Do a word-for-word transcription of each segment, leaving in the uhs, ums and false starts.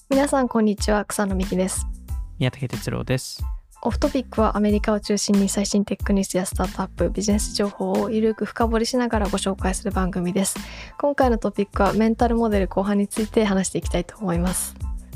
皆さんこんにちは、草野美希です。 宮武哲郎です。 オフトピックはアメリカを中心に最新テックニュースやスタートアップ、ビジネス情報をゆるく深掘りしながらご紹介する番組です。今回のトピックはメンタルモデル後半について話していきたいと思います。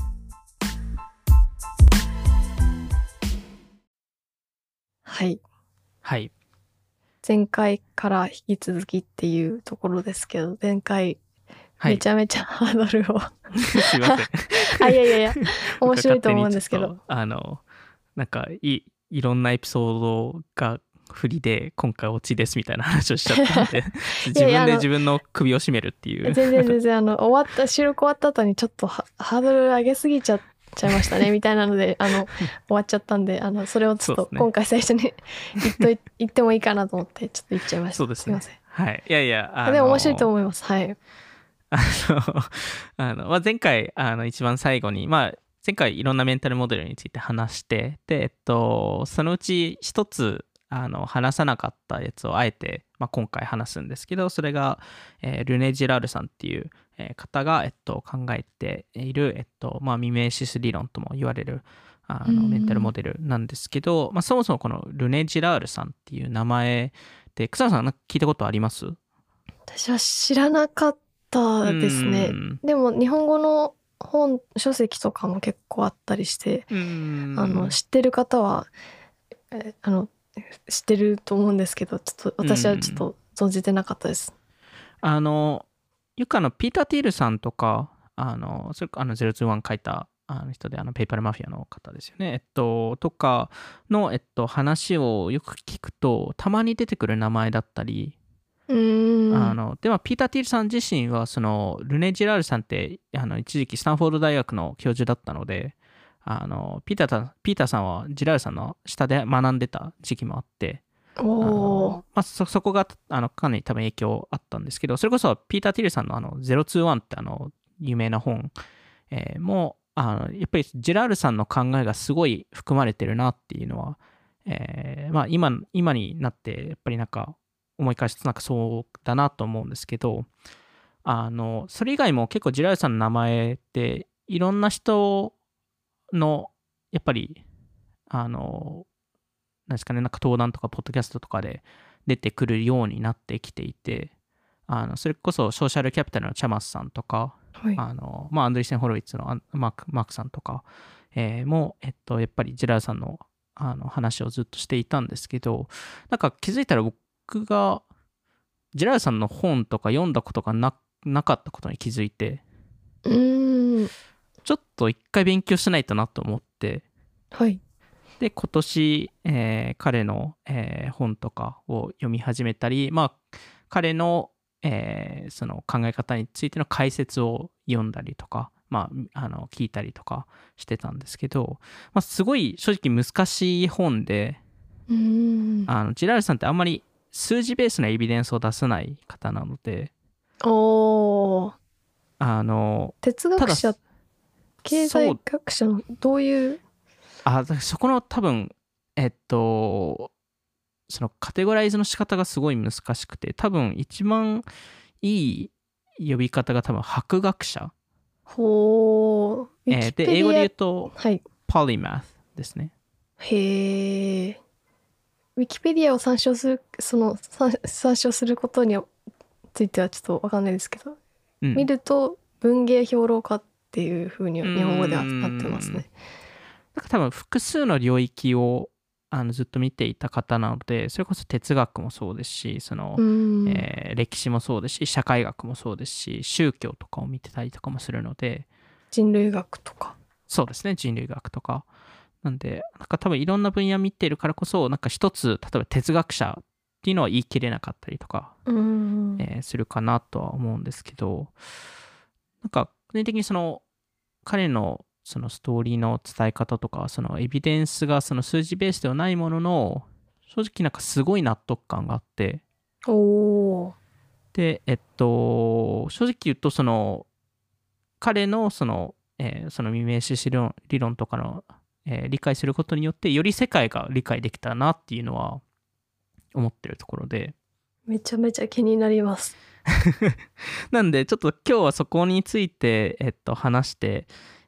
はい。 はい。 前回から引き続きっていうところですけど、前回めちゃめちゃハードルを、はい、 すいませんあいやいやいや面白いと思うんですけど、 あのなんかいいろんなエピソードが振りで今回オチですみたいな話をしちゃったんで自分で自分の首を絞めるっていう全然全然あの終わった収録終わった後にちょっとハードル上げすぎちゃちゃいましたねみたいなのであの終わっちゃったんで、あのそれをちょっと今回最初に言っとい言ってもいいかなと思ってちょっと言っちゃいました。 そうですね。 すいません。 はい。いやいやあのでも面白いと思います。はい。 あのあの、まあ、前回あの一番最後にまあ前回いろんなメンタルモデルについて話してで、えっと、そのうち一つあの話さなかったやつをあえて、まあ、今回話すんですけど、それが、えー、ルネ・ジラールさんっていう、えー、方が、えっと、考えている、えっとまあ、ミメーシス理論とも言われるあのメンタルモデルなんですけど、まあ、そもそもこのルネ・ジラールさんっていう名前で草野さん聞いたことあります？ 私は知らなかったですね。でも日本語の本書籍とかも結構あったりして、あの知ってる方はえあの知ってると思うんですけど、ちょっと私はちょっと存じてなかったです。 あのゆかのピーター・ティールさんとか、あのそれあのゼロツーワン書いたあの人で、あのペイパルマフィアの方ですよね、えっととかの、えっと、話をよく聞くとたまに出てくる名前だったり、 うーんあのではピーター・ティールさん自身はそのルネ・ジラールさんってあの一時期スタンフォード大学の教授だったので、あのピーターピーターさんはジラールさんの下で学んでた時期もあって、 おまあ、そ, そこがあのかなり多分影響あったんですけど、それこそピーター・ティルさんのあのゼロツーワンってあの有名な本、えー、もあのやっぱりジェラールさんの考えがすごい含まれてるなっていうのは、えーまあ、今, 今になってやっぱりなんか思い返すとなんかそうだなと思うんですけど、あのそれ以外も結構ジェラールさんの名前っていろんな人のやっぱりあのなんですかね、なんか登壇とかポッドキャストとかで出てくるようになってきていて、あのそれこそソーシャルキャピタルのチャマスさんとか、はい、あのまあ、アンドリーセン・ホロウィッツのマーク、マークさんとか、えー、も、えっと、やっぱりジェラールさんの、あの話をずっとしていたんですけど、なんか気づいたら僕がジェラールさんの本とか読んだことが な, なかったことに気づいて、 うーんちょっと一回勉強しないとなと思って、 はい。 で今年、えー、彼の、えー、本とかを読み始めたり、まあ、彼の、えー、その考え方についての解説を読んだりとか、まあ、あの聞いたりとかしてたんですけど、まあ、すごい正直難しい本で、 うーんあのジラールさんってあんまり数字ベースのエビデンスを出さない方なので、 おあの哲学者、経済学者のどういうあそこの多分えっとそのカテゴライズの仕方がすごい難しくて、多分一番いい呼び方が多分博学者。 ほう、 えー、で英語で言うと、 はい、 ポリマスですね。 へえ。ウィキペディアを参照するその参照することについてはちょっと分かんないですけど、うん、見ると文芸評論家っていう風に日本語ではなってますね。 なんか多分複数の領域をあのずっと見ていた方なので、それこそ哲学もそうですし、その、えー、歴史もそうですし、社会学もそうですし、宗教とかを見てたりとかもするので、 人類学とか、 そうですね、人類学とかなんで、なんか多分いろんな分野見てるからこそ、なんか一つ例えば哲学者っていうのは言い切れなかったりとか、 うんえー、するかなとは思うんですけど、なんか個人的にその彼のそのストーリーの伝え方とか、そのエビデンスがその数字ベースではないものの、正直なんかすごい納得感があって、 おーで、えっと、正直言うと、その彼のその、えー、その未明史理論、理論とかの、えー、理解することによって、より世界が理解できたなっていうのは思ってるところで。 めちゃめちゃ気になります。 なんで、ちょっと今日はそこについて、えっと、話して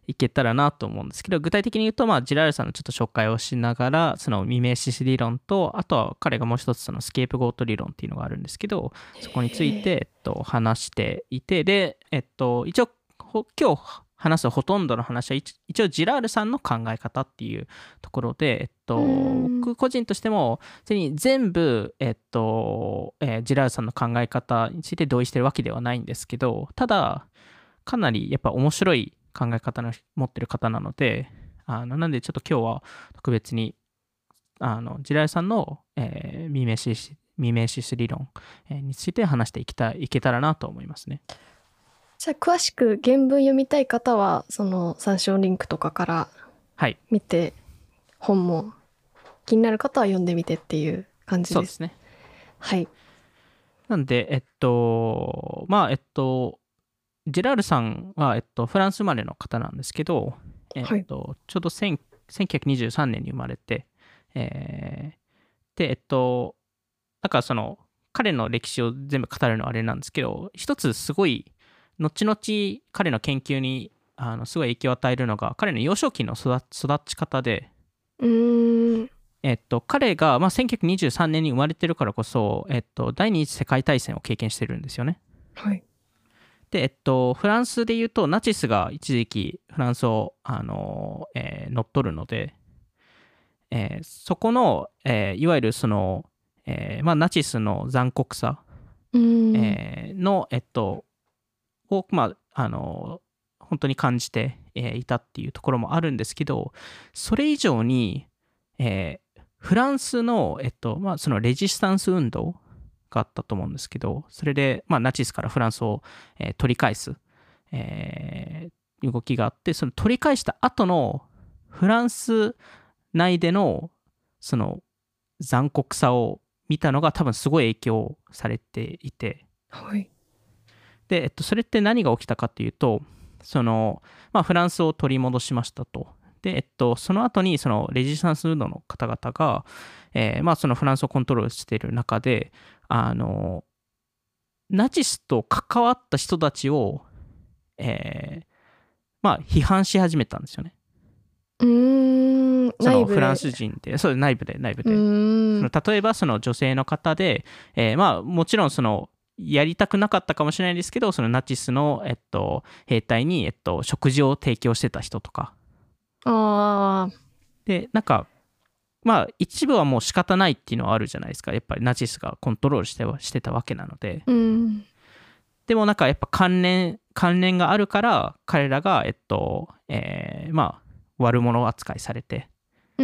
いけたらなと思うんですけど、具体的に言うと、まあ、ジラールさんのちょっと紹介をしながら、その未明シス理論と、あとは彼がもう一つそのスケープゴート理論っていうのがあるんですけど、そこについて、えっと、話していて、で、えっと、一応、今日話すほとんどの話は一応ジラールさんの考え方っていうところで、えっと、僕個人としても全部、えっとえー、ジラールさんの考え方について同意してるわけではないんですけど、ただかなりやっぱ面白い考え方の持ってる方なので、あのなんでちょっと今日は特別にあのジラールさんの、えー、未明シス未明シス理論について話していきたいいけたらなと思いますね。 じゃあ詳しく原文読みたい方はその参照リンクとかから見て、はい、本も気になる方は読んでみてっていう感じです。 そうですね。 はい。 なんでえっとまあえっとジェラールさんは、えっと、フランス生まれの方なんですけど、えっとはい、ちょうどせんきゅうひゃくにじゅうさんねんに生まれて、えー、で、えっと、だからその、彼の歴史を全部語るのはあれなんですけど、一つすごい、後々彼の研究にあのすごい影響を与えるのが、彼の幼少期の 育, 育ち方で、 うーんえっと、彼が、まあ、せんきゅうひゃくにじゅうさんねんに生まれてるからこそ、えっと、第二次世界大戦を経験してるんですよね。 はい。 で、えっと、フランスでいうと、ナチスが一時期フランスを、あの、えー、乗っ取るので、えー、そこの、えー、いわゆるその、えーまあ、ナチスの残酷さ、えー、の、えっと、を、まあ、あの、本当に感じて、えー、いたっていうところもあるんですけど、それ以上に、えー、フランスの、えっと、まあ、そのレジスタンス運動があったと思うんですけど、それで、まあ、ナチスからフランスを、えー、取り返す、えー、動きがあって、その取り返した後のフランス内でのその残酷さを見たのが多分すごい影響されていて、 はい、 で、えっと、それって何が起きたかっていうと、その、まあ、フランスを取り戻しましたと。で、えっと、その後にそのレジスタンス運動の方々が、えー、まあそのフランスをコントロールしている中で、あのナチスと関わった人たちを、えー、まあ批判し始めたんですよね。 うーん、 そのフランス人で、そう内部で内部で。その例えばその女性の方で、えー、まあもちろんそのやりたくなかったかもしれないですけど、そのナチスの、えっと、兵隊に、えっと、食事を提供してた人とか。 あで、なんか、まあ、一部はもう仕方ないっていうのはあるじゃないですか。やっぱりナチスがコントロールしてしてたわけなので。 うん、 でもなんかやっぱ関連、関連があるから、彼らが、えっと、えー、まあ、悪者扱いされて。 うん、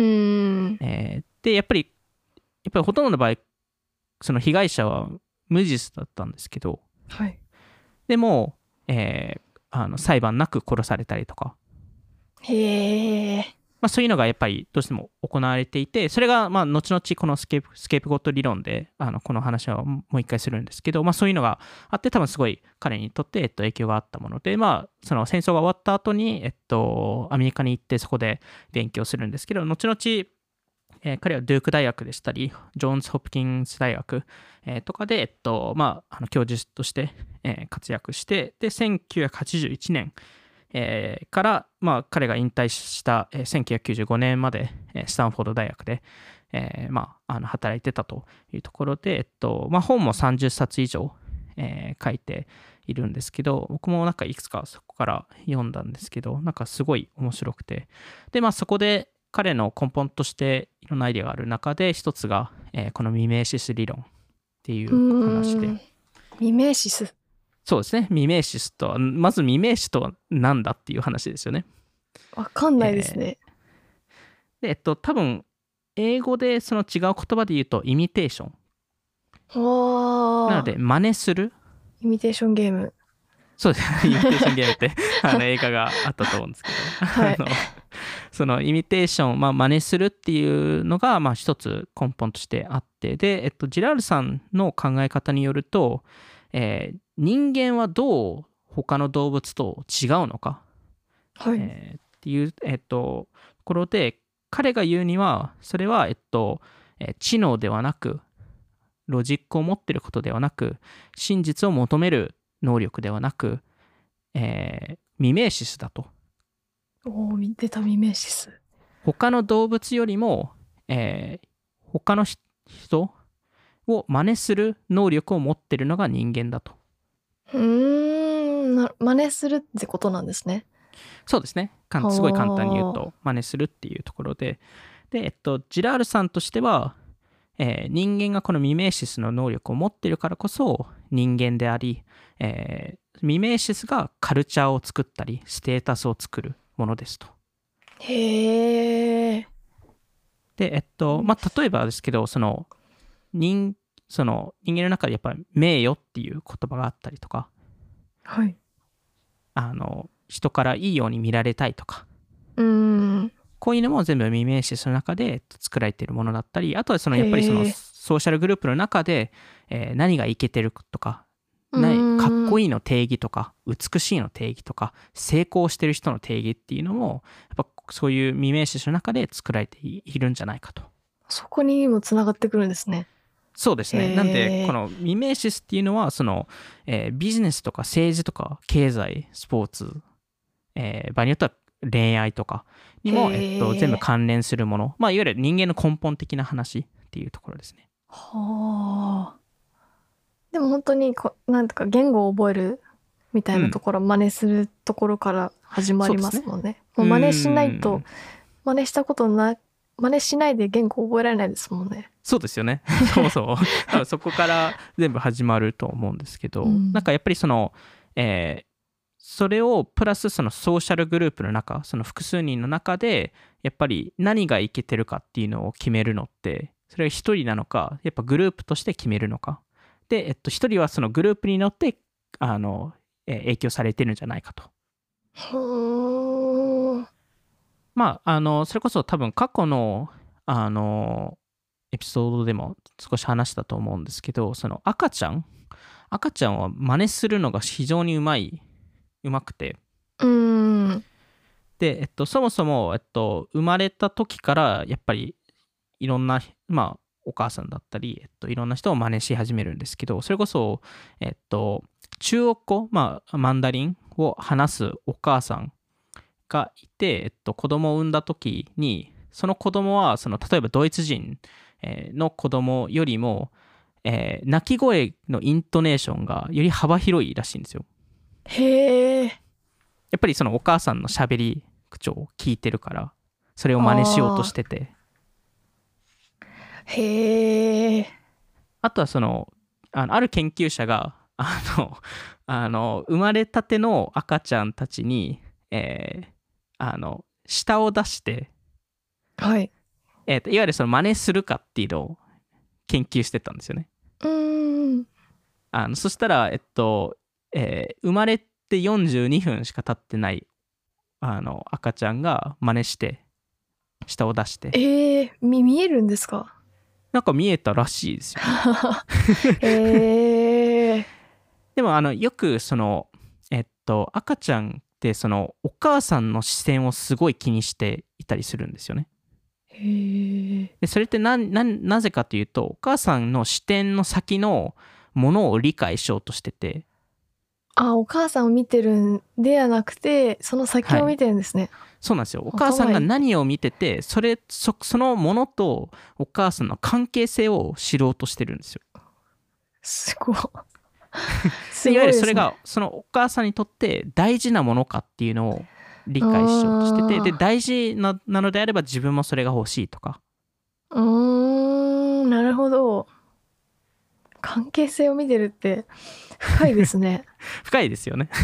えー、で、やっぱり、やっぱりほとんどの場合、その被害者は無実だったんですけど、 はい、 でも、えー、あの裁判なく殺されたりとか、 へえ、 まあ、そういうのがやっぱりどうしても行われていて、それがまあ後々このスケープスケープゴット理論であのこの話はもう一回するんですけど、まあ、そういうのがあって多分すごい彼にとって、えっと、影響があったもので、まあ、その戦争が終わった後に、えっと、アメリカに行ってそこで勉強するんですけど、後々えー、彼はデューク大学でしたり、ジョーンズ・ホプキンス大学、えー、とかで、えっとまあ、あの教授として、えー、活躍して、で、せんきゅうひゃくはちじゅういちねん、えー、から、まあ、彼が引退した、えー、せんきゅうひゃくきゅうじゅうごねんまで、えー、スタンフォード大学で、えーまあ、あの働いてたというところで、えっとまあ、本もさんじゅっさつ以上、えー、書いているんですけど、僕もなんかいくつかそこから読んだんですけど、なんかすごい面白くて、で、まあ、そこで、彼の根本としていろんなアイデアがある中で一つが、えー、この未明シス理論っていう話で。 未明シス。 そうですね。未明シスとは、まず未明詞とは何だっていう話ですよね。 わかんないですね。 えー、で、えっと、多分、英語でその違う言葉で言うと、イミテーション。なので、真似する。 イミテーションゲーム。 そうですね。イミテーションゲームってあの映画があったと思うんですけど。はい、あのそのイミテーション、まあ、真似するっていうのが、まあ、一つ根本としてあって、で、えっと、ジラールさんの考え方によると、えー、人間はどう他の動物と違うのか、 はい、 えー、っていう、えっと、ところで、彼が言うには、それは、えっと、知能ではなく、ロジックを持っていることではなく、真実を求める能力ではなく、えー、未明シスだと。 おー、出たミメシス。 他の動物よりも、えー、他の人を真似する能力を持ってるのが人間だと。 うーん、な真似するってことなんですね。 そうですね。かんすごい簡単に言うと、真似するっていうところで。で、えっと、ジラールさんとしては、えー人間がこのミメーシスの能力を持ってるからこそ人間であり、えーミメーシスがカルチャーを作ったり、ステータスを作るものですと。 へえ。 で、えっと、まあ、例えばですけど、その、人、その人間の中でやっぱり名誉っていう言葉があったりとか、 はい。 あの、人からいいように見られたいとか、 うーん。 こういうのも全部ミメーシスの中で作られているものだったり、あとはそのへやっぱりそのえ。 ソーシャルグループの中で、えー何がイケてるとか、 うないかっーん。 こいいの定義とか、美しいの定義とか、成功してる人の定義っていうのも、やっぱそういうミメーシスの中で作られているんじゃないかと。 そこにもつながってくるんですね。 そうですね。なんで、 へえ。 このミメーシスっていうのは、その、えービジネスとか政治とか経済、スポーツ、えー場合によっては恋愛とかにも、えっと、全部へえ。 関連するもの。まあ、いわゆる人間の根本的な話っていうところですね。 はあ。でも本当にこ、なんとか言語を覚えるみたうん。 いなところ、真似するところから始まりそうですね。 ますもんね。 うーもう真似しないと、 ん。 真似したことな、真似しないで言語覚えられないですもんね。 そうですよね。そもそも。多分そこから全部始まると思うんですけど、 うん。 なんかやっぱりその、えーそれをプラスそのソーシャルグループの中、その複数人の中で、やっぱり何がいけてるかっていうのを決めるのって、それが一人なのか、やっぱグループとして決めるのか。で、えっと、一人はそのグループに乗って、あの、えー影響されてるんじゃないかと。 ほー。 まあ、あの、それこそ多分過去の、あの、エピソードでも少し話したと思うんですけど、その赤ちゃん赤ちゃんは真似するのが非常にうまい、うまくて。 うーん。 で、えっと、そもそも、えっと、生まれた時から、やっぱり、いろんな、まあ、お母さんだったり、えっと、いろんな人を真似し始めるんですけど、それこそ、えっと、中国語、まあ、マンダリンを話すお母さんがいて、えっと、子供を産んだ時に、その子供は、その、例えばドイツ人えーの子供よりも、えー泣き声のイントネーションがより幅広いらしいんですよ。 へえ。 やっぱりそのお母さんの喋り口調を聞いてるから、それを真似しようとしああ。 てて。 へえ。 あとはその、あのある研究者が、あの、あの、生まれたての赤ちゃんたちに、えーあの、舌を出して、 はい。 えーといわゆるその真似するかっていうのを研究してたんですよね。 うーん。 あのそしたら、えっと、えー生まれてよんじゅうにふんしか経ってないあの赤ちゃんが真似して、舌を出して、 ええ、み、見えるんですか？ なんか見えたらしいですよね。 へえ。 でも、あの、よく、その、えっと、赤ちゃんって、その、お母さんの視線をすごい気にしていたりするんですよね。 へえ。 で、それってな、な、なぜかというと、お母さんの視点の先のものを理解しようとしてて、 あ、お母さんを見てるんではなくて、その先はい。 を見てるんですね。 そうなんですよ。お母さんが頭いい。 何を見てて、それ、そ、そのものとお母さんの関係性を知ろうとしてるんですよ。 すごい。 で、 すいわゆごいですね。 るそれが、そのお母さんにとって大事なものかっていうのを理解しようとしてて、で、 あ大事な、なのであれば自分もそれが欲しいとか。 あ。うーん、なるほど。関係性を見てるって深いですね。 深いですよね。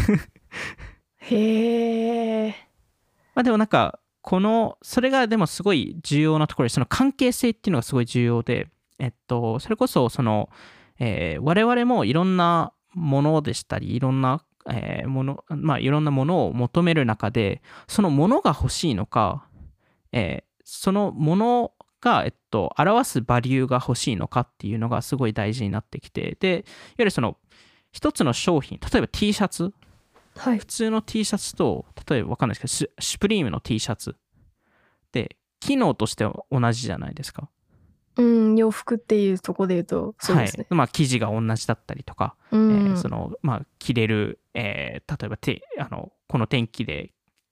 へえ。 まあでもなんか、この、それがでもすごい重要なところで、その関係性っていうのがすごい重要で、えっと、それこそ、その、えー我々もいろんなものでしたり、いろんな、えーもの、まあいろんなものを求める中で、そのものが欲しいのか、えーそのものが、えっと、表すバリューが欲しいのかっていうのがすごい大事になってきて、で、いわゆるその、一つの商品、例えば T シャツ、 はい。 普通の T シャツと、例えばわかんないですけど、シュプリームの T シャツって機能としては同じじゃないですか。 うん、洋服っていうとこで言うと、そうはい。 ですね。 まあ、生地が同じだったりとか、 うえーん。 その、まあ、着れる、えー例えばて、あの、この天気で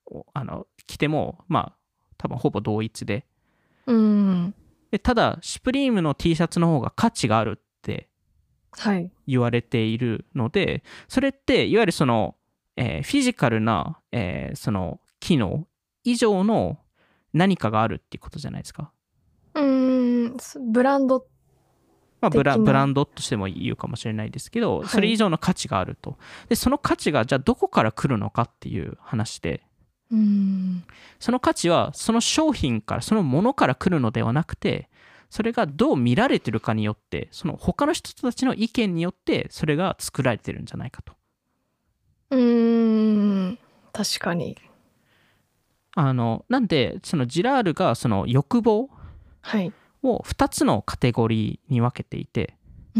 あの着てもまあ多分ほぼ同一で、 うん、 でただシュプリームの T シャツの方が価値があるって言われているので、はい、それっていわゆるその、えー、フィジカルな、えー、その機能以上の何かがあるっていうことじゃないですか。 うーん、ブランドまあ、ブラブランドとしても言うかもしれないですけど、それ以上の価値があると。はい、でその価値がじゃあどこから来るのかっていう話で、 うーん、 その価値はその商品からそのものから来るのではなくて、それがどう見られてるかによって、その他の人たちの意見によってそれが作られてるんじゃないかと。 うーん、確かに。 あのなんでそのジラールがその欲望をふたつのカテゴリーに分けていて、 うん、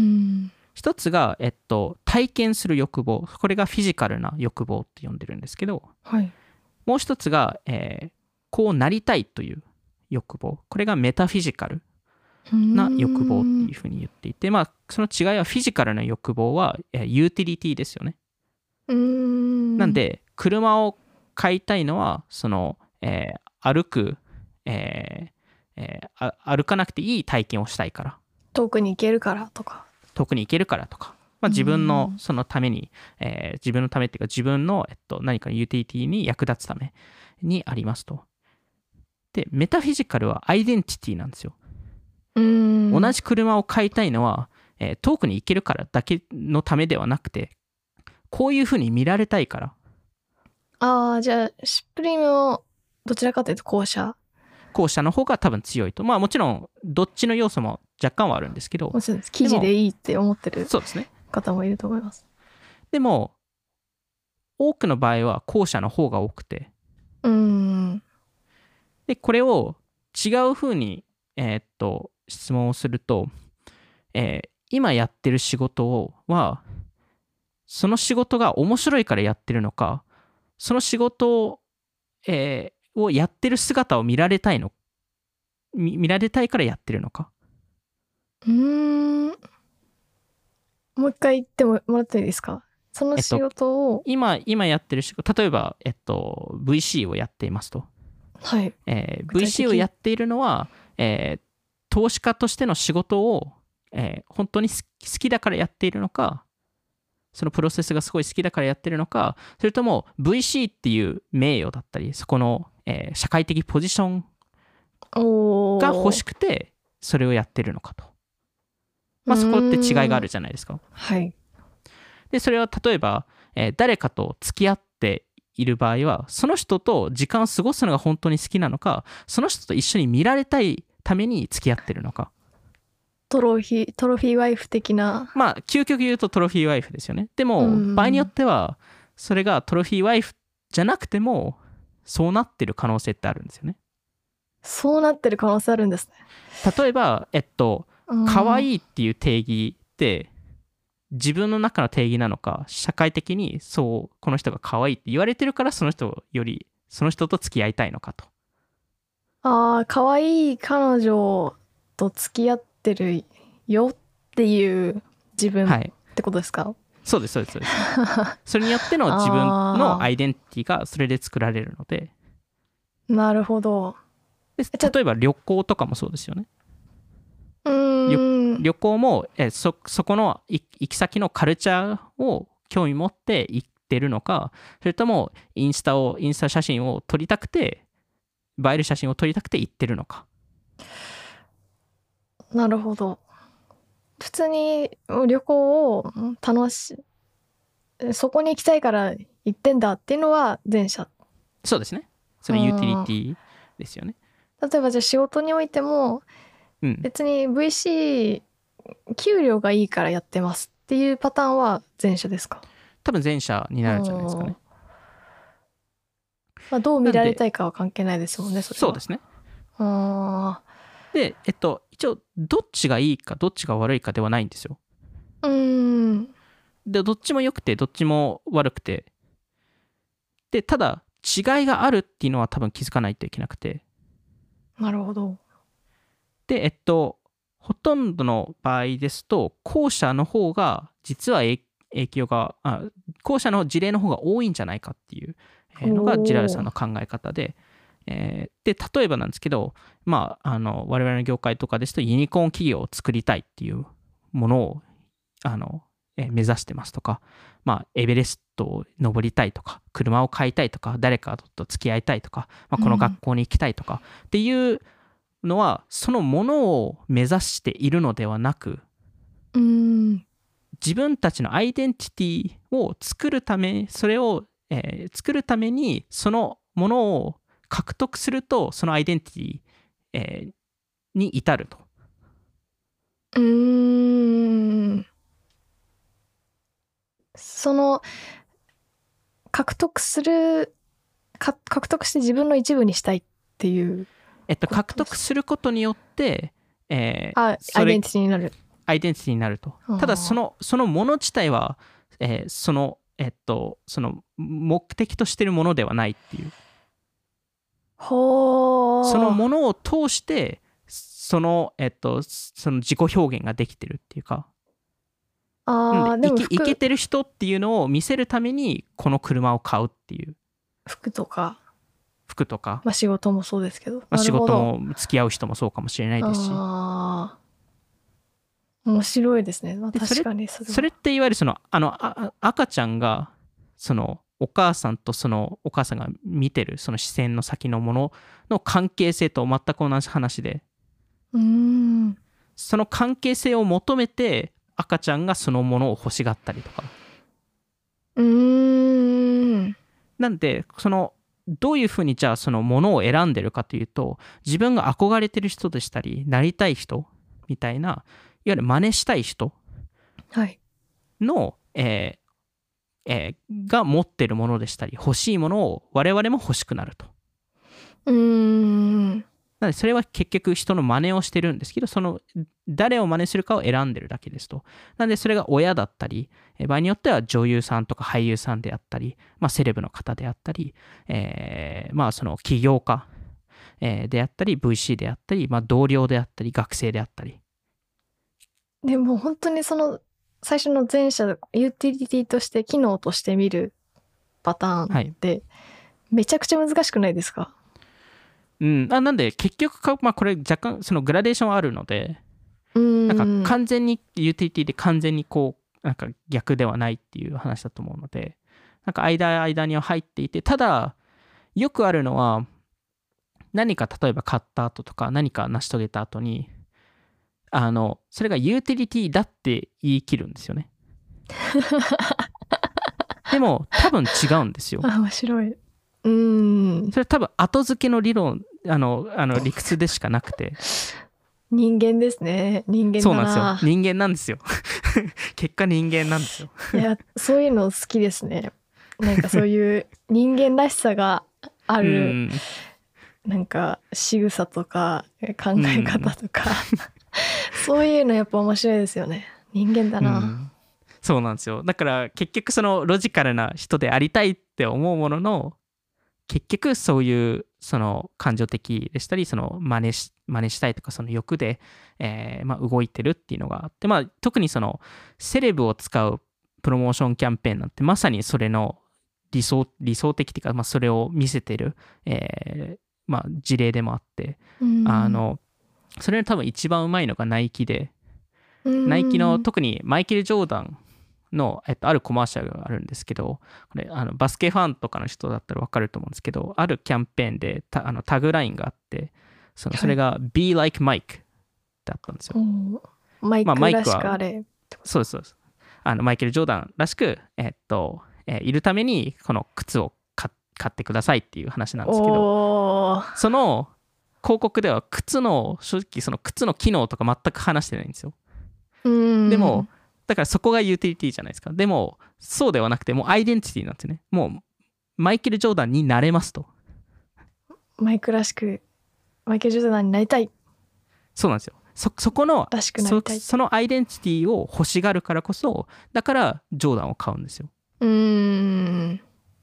ひとつが、えっと、体験する欲望、これがフィジカルな欲望って呼んでるんですけど、 はい、 もうひとつが、えー、こうなりたいという欲望、これがメタフィジカルな欲望っていうふうに言っていて、まあ、その違いはフィジカルな欲望は、えー、ユーティリティですよね。 うーん、 なんで車を買いたいのはその、えー、歩く、えーえー、歩かなくていい体験をしたいから、 遠くに行けるからとか、 遠くに行けるからとか、まあ、自分のそのために、えー、自分のためっていうか自分の、えっと、何かのユーティリティに役立つためにありますと。でメタフィジカルはアイデンティティなんですよ。 うーん、 同じ車を買いたいのは、えー、遠くに行けるからだけのためではなくて、こういうふうに見られたいから。 ああ、じゃあシュプリームをどちらかというと後者後者の方が多分強いと。まあもちろんどっちの要素も若干はあるんですけど、 もちろん記事でいいって思ってるそうですね、 方もいると思います。 でも多くの場合は後者の方が多くて、 うーん、 でこれを違う風にえー、っと質問をすると、えー、今やってる仕事はその仕事が面白いからやってるのか、その仕事を、えーをやってる姿を見られたいの見、見られたいからやってるのか。 うーん、もう一回言ってもらっていいですか。その仕事を、 えっと、今今やってる仕事、例えば、えっと、ブイシー をやっていますと、 はい、 えー、ブイシー をやっているのは、えー、投資家としての仕事を、えー、本当に好きだからやっているのか、そのプロセスがすごい好きだからやってるのか、それとも ブイシー っていう名誉だったり、そこの、えー、社会的ポジションが欲しくてそれをやってるのかと。まあそこって違いがあるじゃないですか。 はい。 でそれは例えば、えー、誰かと付き合っている場合は、その人と時間を過ごすのが本当に好きなのか、その人と一緒に見られたいために付き合ってるのか。 トロフィー、トロフィーワイフ的な。 まあ究極言うとトロフィーワイフですよね。でも場合によってはそれがトロフィーワイフじゃなくてもそうなってる可能性ってあるんですよね。 そうなってる可能性あるんですね。 例えばえっと可愛いっていう定義って自分の中の定義なのか、社会的にそうこの人が可愛いって言われてるからその人よりその人と付き合いたいのかと。 ああ、可愛い彼女と付き合ってるよっていう自分ってことですか？はい、 そうですそうですそうです。それによっての自分のアイデンティティがそれで作られるので。 なるほど。 で例えば旅行とかもそうですよね。 うーん、 旅行もえ そ, そこの行き先のカルチャーを興味持って行ってるのか、それともインスタをインスタ写真を撮りたくて映える写真を撮りたくて行ってるのか。 なるほど。普通に旅行を楽しそこに行きたいから行ってんだっていうのは前者。 そうですね。それユーティリティですよね。 例えばじゃあ仕事においても、うん、別に ブイシー 給料がいいからやってますっていうパターンは前者ですか？ 多分前者になるんじゃないですかね。 まあ、どう見られたいかは関係ないですもんね。それはそうですね。 あでえっと一応どっちがいいかどっちが悪いかではないんですよ。 うーん。 でどっちも良くてどっちも悪くて、でただ違いがあるっていうのは多分気づかないといけなくて。 なるほど。 でえっとほとんどの場合ですと後者の方が実は影響があ後者の事例の方が多いんじゃないかっていうのがジェラルさんの考え方で、えー、で例えばなんですけど、まあ、あの我々の業界とかですとユニコーン企業を作りたいっていうものをあの、えー、目指してますとか、まあ、エベレストを登りたいとか車を買いたいとか誰かと付き合いたいとか、まあ、この学校に行きたいとかっていうのは、うん、そのものを目指しているのではなく、 うん、 自分たちのアイデンティティを作るためそれを、えー、作るためにそのものを獲得するとそのアイデンティティ、えー、に至ると。 うーん。その獲得するか獲得して自分の一部にしたいっていう、 えっと獲得することによって、えー、あアイデンティティになるアイデンティティになると。ただそのそのもの自体は、えー、そのえっとその目的としてるものではないっていう。 ほー。 そのものを通してそのえっとその自己表現ができてるっていうか。 あでもイケてる人っていうのを見せるためにこの車を買うっていう。 服とか服とか、 まあ、仕事もそうですけど、まあ、仕事も付き合う人もそうかもしれないですし。 あ面白いですね、まあ、確かにそれは。 それっていわゆるそのあのあ赤ちゃんがそのお母さんとそのお母さんが見てるその視線の先のものの関係性と全く同じ話で、 うーん、 その関係性を求めて赤ちゃんがそのものを欲しがったりとか。 うーん。 なんでそのどういうふうにじゃあそのものを選んでるかというと、自分が憧れてる人でしたりなりたい人みたいないわゆる真似したい人の、はい、えーえー、が持ってるものでしたり欲しいものを我々も欲しくなると。 うーん。 なのでそれは結局人の真似をしてるんですけど、その誰を真似するかを選んでるだけですと。なのでそれが親だったり、場合によっては女優さんとか俳優さんであったり、まあ、セレブの方であったり、えー、まあその起業家であったり ブイシー であったり、まあ、同僚であったり学生であったり。 でも本当にその最初の前者ユーティリティとして機能として見るパターンってめちゃくちゃ難しくないですか？はいうん、あなんで結局か、まあ、これ若干そのグラデーションあるので、 うんなんか完全にユーティリティで完全にこうなんか逆ではないっていう話だと思うので、なんか間間には入っていて、ただよくあるのは何か例えば買った後とか何か成し遂げた後にあのそれがユーティリティだって言い切るんですよね。でも多分違うんですよ。 あ、面白い。うん。 それ多分後付けの理論あのあの理屈でしかなくて。 人間ですね。人間だな。 そうなんですよ。人間なんですよ。結果人間なんですよ。 いやそういうの好きですね。なんかそういう人間らしさがある、うん、なんか仕草とか考え方とか、うん、そういうのやっぱ面白いですよね。人間だな。 うんそうなんですよ。だから結局そのロジカルな人でありたいって思うものの結局そういうその感情的でしたりその真似し真似したいとかその欲で、えーまあ、動いてるっていうのがあって、まあ、特にそのセレブを使うプロモーションキャンペーンなんてまさにそれの理想理想的っていうか、まあ、それを見せてる、えーまあ、事例でもあって、あのそれの多分一番うまいのがナイキで、ナイキの特にマイケル・ジョーダンの、えっと、あるコマーシャルがあるんですけど、これあのバスケファンとかの人だったら分かると思うんですけど、あるキャンペーンでタあのタグラインがあって、そのそれが Be like Mike だったんですよ。 マイクらしくあれ、 まあ、そうですそうです。あのマイケル・ジョーダンらしく、えっとえー、いるためにこの靴を買ってくださいっていう話なんですけど、その広告では靴の正直その靴の機能とか全く話してないんですよ。 うんでもだからそこがユーティリティじゃないですか。でもそうではなくてもうアイデンティティなんですね。もうマイケル・ジョーダンになれますと。 マイクらしくマイケル・ジョーダンになりたい。 そうなんですよ。そ, そこのらしくなりたい。 そ, そのアイデンティティを欲しがるからこそだからジョーダンを買うんですよ。 うーん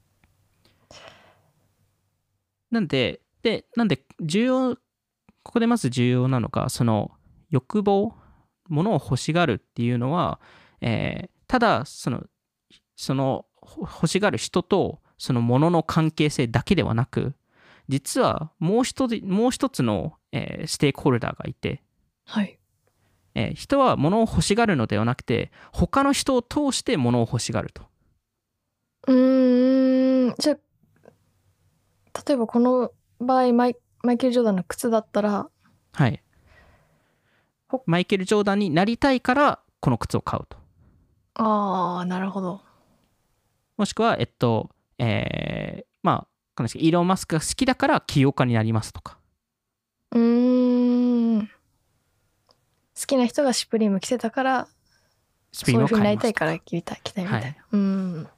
なんででなんで重要ここでまず重要なのがその欲望物を欲しがるっていうのは、えー、ただそのその欲しがる人とそのものの関係性だけではなく、実はもう一つ、もう一つの、えーステークホルダーがいて、 はい。 えー人は物を欲しがるのではなくて、他の人を通して物を欲しがると。 うーん。じゃあ、例えばこの場合マイ、マイケル・ジョーダンの靴だったら、 はい。 ほマイケル・ジョーダンになりたいからこの靴を買うと。 ああ、なるほど。 もしくは、えっと、えー、まあ、わかんないですけどイーロン・マスクが好きだから起業家になりますとか。 うーん。好きな人がシュプリーム着てたから、 スピームをそういう風にな買いますとか。 りたいから着たい、着たいみたいな。 はい。 うーん。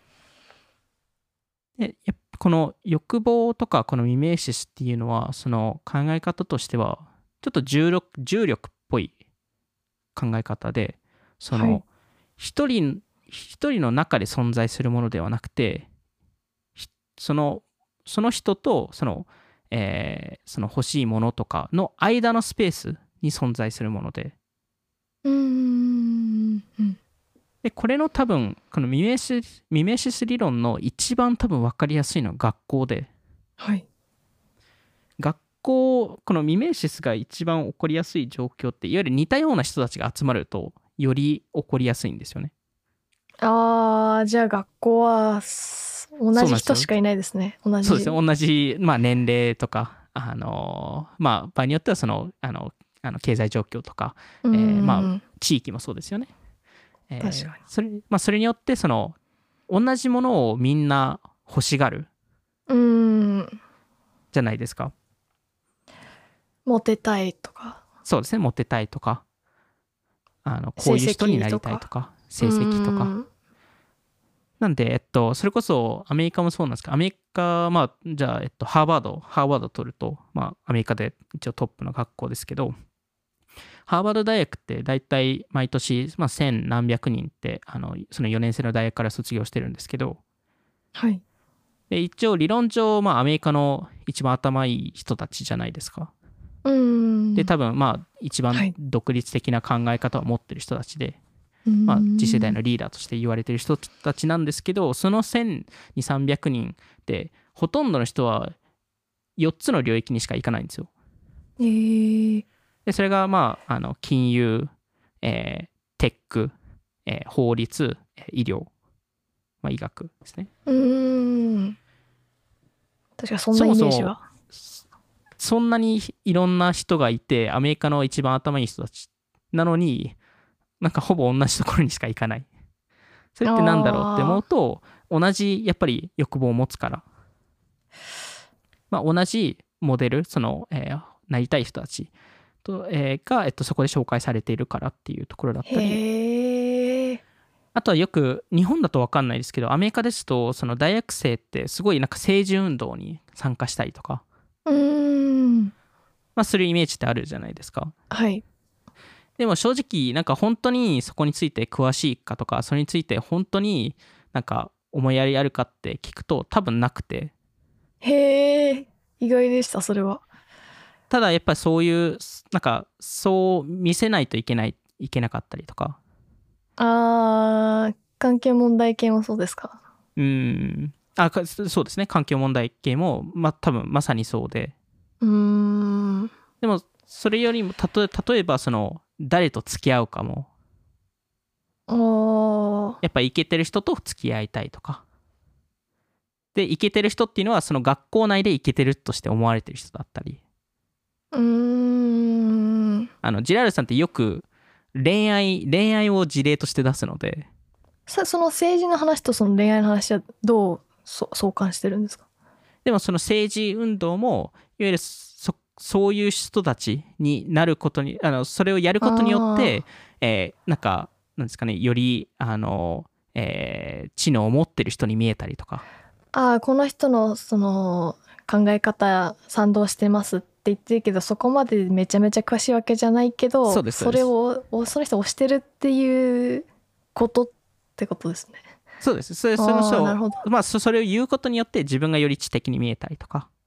で、やっぱこの欲望とかこのミメーシスっていうのは、その考え方としては、ちょっと重力、重力っぽい考え方で、そはいの、一人、一人の中で存在するものではなくて、ひその、その人と、その、えーその欲しいものとかの間のスペースに存在するもので、 うーん。うんで、これの多分、このミメシス、ミメシス理論の一番多分分かりやすいのは学校で、 はい。 学校、このミメシスが一番起こりやすい状況って、いわゆる似たような人たちが集まると、より起こりやすいんですよね。 ああ、じゃあ学校はす同じ人しかいないですね。同じ。 そうですね、同じ、まあ、年齢とか、あのまあ、場合によってはその、あの、あの経済状況とか、えうーんーまあ、地域もそうですよね。えー確かにそれ、まあ、それによって、その、同じものをみんな欲しがるうーん。 じゃないですか。 モテたいとか、 そうですね、モテたいとか、あの、こ成ういう人になり績とか。 たいとか、成績とか。 うーんなんで、えっと、それこそアメリカもそうなんですけど、アメリカ、まあ、じゃあ、えっと、ハーバード、ハーバード取ると、まあ、アメリカで一応トップの学校ですけど、ハーバード大学って大体毎年、まあ、千何百人って、あの、そのよねん生の大学から卒業してるんですけど、 はい。 で、一応理論上、まあ、アメリカの一番頭いい人たちじゃないですか。 うーん。 で、多分、まあ、一番はい独立的な考え方を持ってる人たちで、 うーんまあ、次世代のリーダーとして言われてる人たちなんですけど、そのせんにひゃく、さんびゃくにんで、ほとんどの人はよっつの領域にしか行かないんですよ。 えー、 で、それが、まあ、あの金融、えーテック、えー法律、医療、まあ、医学ですね。 うーん。確かにそんなイそもそも、 メージは。 そんなにいろんな人がいて、アメリカの一番頭いい人たちなのに、なんかほぼ同じところにしか行かない。それってなんだろうって思うと、同じやっぱり欲望を持つから。まあ、同じモデル、その、えーなりたい人たちと、えーが、えっと、そこで紹介されているからっていうところだったり、 へえ。 あとはよく、日本だと分かんないですけど、アメリカですと、その大学生ってすごいなんか政治運動に参加したりとか、 うーん。 まあ、するイメージってあるじゃないですか。 はい。 でも正直、なんか本当にそこについて詳しいかとか、それについて本当になんか思いやりあるかって聞くと多分なくて、 へえ。意外でした、それは。 ただやっぱりそういう、なんかそう見せないといけない、いけなかったりとか、 あー、環境問題系もそうですか。 うーん、あ、かそうですね、環境問題系も、まあ多分まさにそうで、 うーん。 でもそれよりも、たと例えばその、誰と付き合うかも、 あー。 やっぱイケてる人と付き合いたいとか、で、イケてる人っていうのはその学校内でイケてるとして思われてる人だったり、 うーん。 あのジラールさんってよく恋愛恋愛を事例として出すので、 さ、その政治の話とその恋愛の話はどうそ相関してるんですか？ でもその政治運動もいわゆるそそういう人たちになることに、あのそれをやることによって、えーなんかなんですかね、よりあの、えー知能を持ってる人に見えたりとか。 ああ、この人のその考え方賛同してますって言ってるけど、そこまでめちゃめちゃ詳しいわけじゃないけど、 そうですそれをおその人を推してるっていうことってことですね。 そうです。それそのああ、 人をなるほど。 まあそそれを言うことによって自分がより知的に見えたりとか、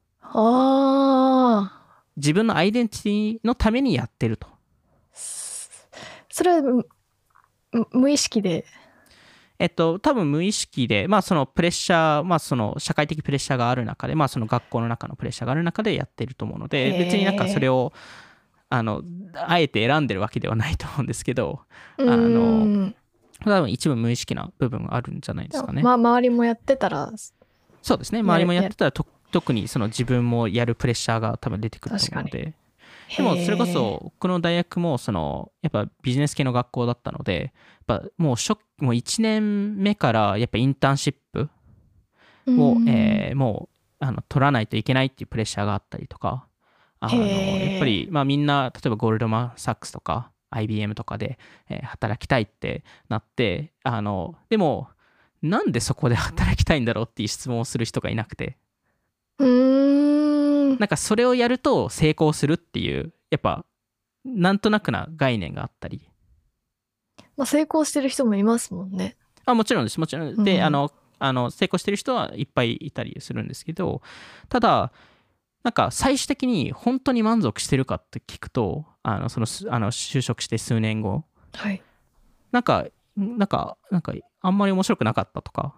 ああ、 自分のアイデンティティのためにやってると。 それはむ無意識で。 えっと、多分無意識で、まあ、そのプレッシャー、まあ、その社会的プレッシャーがある中で、まあ、その学校の中のプレッシャーがある中でやってると思うので、別になんかそれをあのあえて選んでるわけではないと思うんですけど、あの多分一部無意識な部分があるんじゃないですかね。 まあ、周りもやってたら、 そうですね、周りもやってたらと特にその自分もやるプレッシャーが多分出てくると思うので。でもそれこそ僕の大学もそのやっぱビジネス系の学校だったので、やっぱもう初もういちねんめからやっぱインターンシップを、えー、もうあの取らないといけないっていうプレッシャーがあったりとか、あのやっぱりまあみんな例えばゴールドマン・サックスとか アイビーエム とかで、えー、働きたいってなって、あのでもなんでそこで働きたいんだろうっていう質問をする人がいなくて、 うーんなんかそれをやると成功するっていうやっぱなんとなくな概念があったり、 まあ、成功してる人もいますもんね。 あもちろんですもちろんで、うん、あのあの成功してる人はいっぱいいたりするんですけど、ただなんか最終的に本当に満足してるかって聞くと、あのそのあの就職して数年後、 はい、 なんかなんかなんかあんまり面白くなかったとか、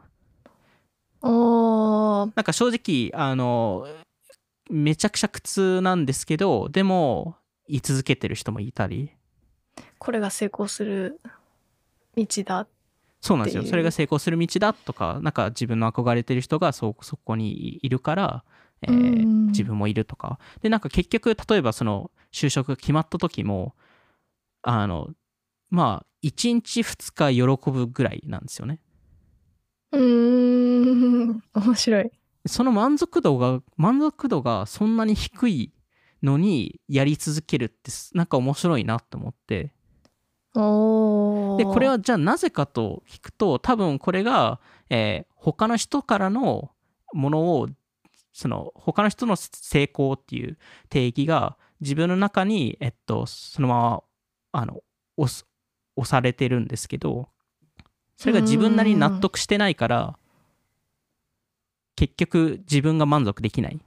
おなんか正直あのめちゃくちゃ苦痛なんですけど、でも居続けてる人もいたり、 これが成功する道だっていう。 そうなんですよ、それが成功する道だとか、なんか自分の憧れてる人が そ, そこにいるから、えー、自分もいるとかで、なんか結局例えばその就職が決まった時もあのまあいちにちふつか喜ぶぐらいなんですよね。 うーん面白い。 その満足度が満足度がそんなに低いのにやり続けるってなんか面白いなと思って、 おでこれはじゃあなぜかと聞くと、多分これが、えー、他の人からのものをその他の人の成功っていう定義が自分の中に、えっと、そのままあの押されてるんですけど、それが自分なりに納得してないから結局自分が満足できない。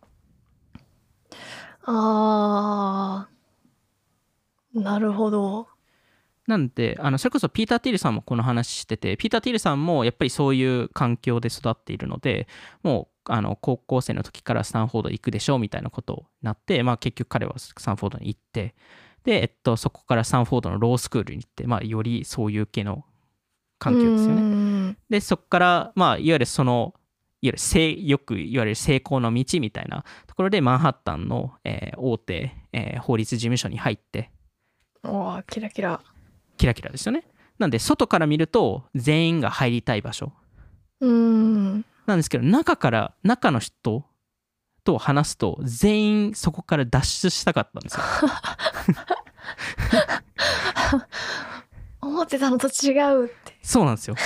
あーなるほど。 なんであのそれこそピーター・ティルさんもこの話してて、ピーター・ティルさんもやっぱりそういう環境で育っているので、もうあの高校生の時からスタンフォード行くでしょうみたいなことになって、まあ、結局彼はスタンフォードに行って、で、えっと、そこからスタンフォードのロースクールに行って、まあ、よりそういう系の環境ですよね。でそこから、まあ、いわゆるそのいわゆるよく言われる成功の道みたいなところでマンハッタンの、えー、大手、えー、法律事務所に入って、 おーキラキラキラキラですよね。なんで外から見ると全員が入りたい場所うんなんですけど、中から中の人と話すと全員そこから脱出したかったんですよ。 思ってたのと違うって。 そうなんですよ。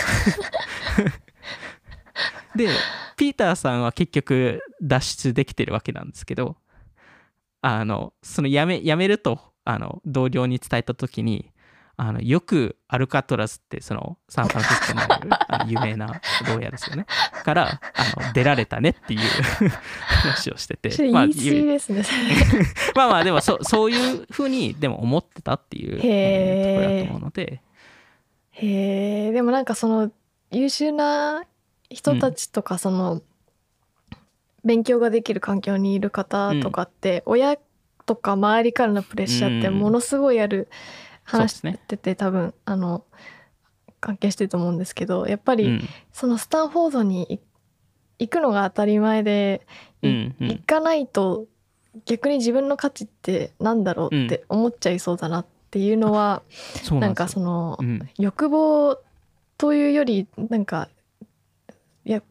でピーターさんは結局脱出できてるわけなんですけど、あのそのやめやめるとあの同僚に伝えた時に、あのよくアルカトラスってそのサンフランシスコのある有名な牢屋ですよねからあの出られたねっていう話をしてて、 言い過ぎですね。 まあまあでも そ, そういうふうにでも思ってたっていう、えー、ところだと思うので。 へえ。でもなんかその優秀な人たちとか、その、うん、勉強ができる環境にいる方とかって、うん、親とか周りからのプレッシャーってものすごいある、話してて、多分あの関係してると思うんですけど、やっぱり、うん、そのスタンフォードに行くのが当たり前で、うんうん、行かないと逆に自分の価値ってなんだろうって思っちゃいそうだなっていうのは、うん、なんかその、うん、欲望というよりなんかいや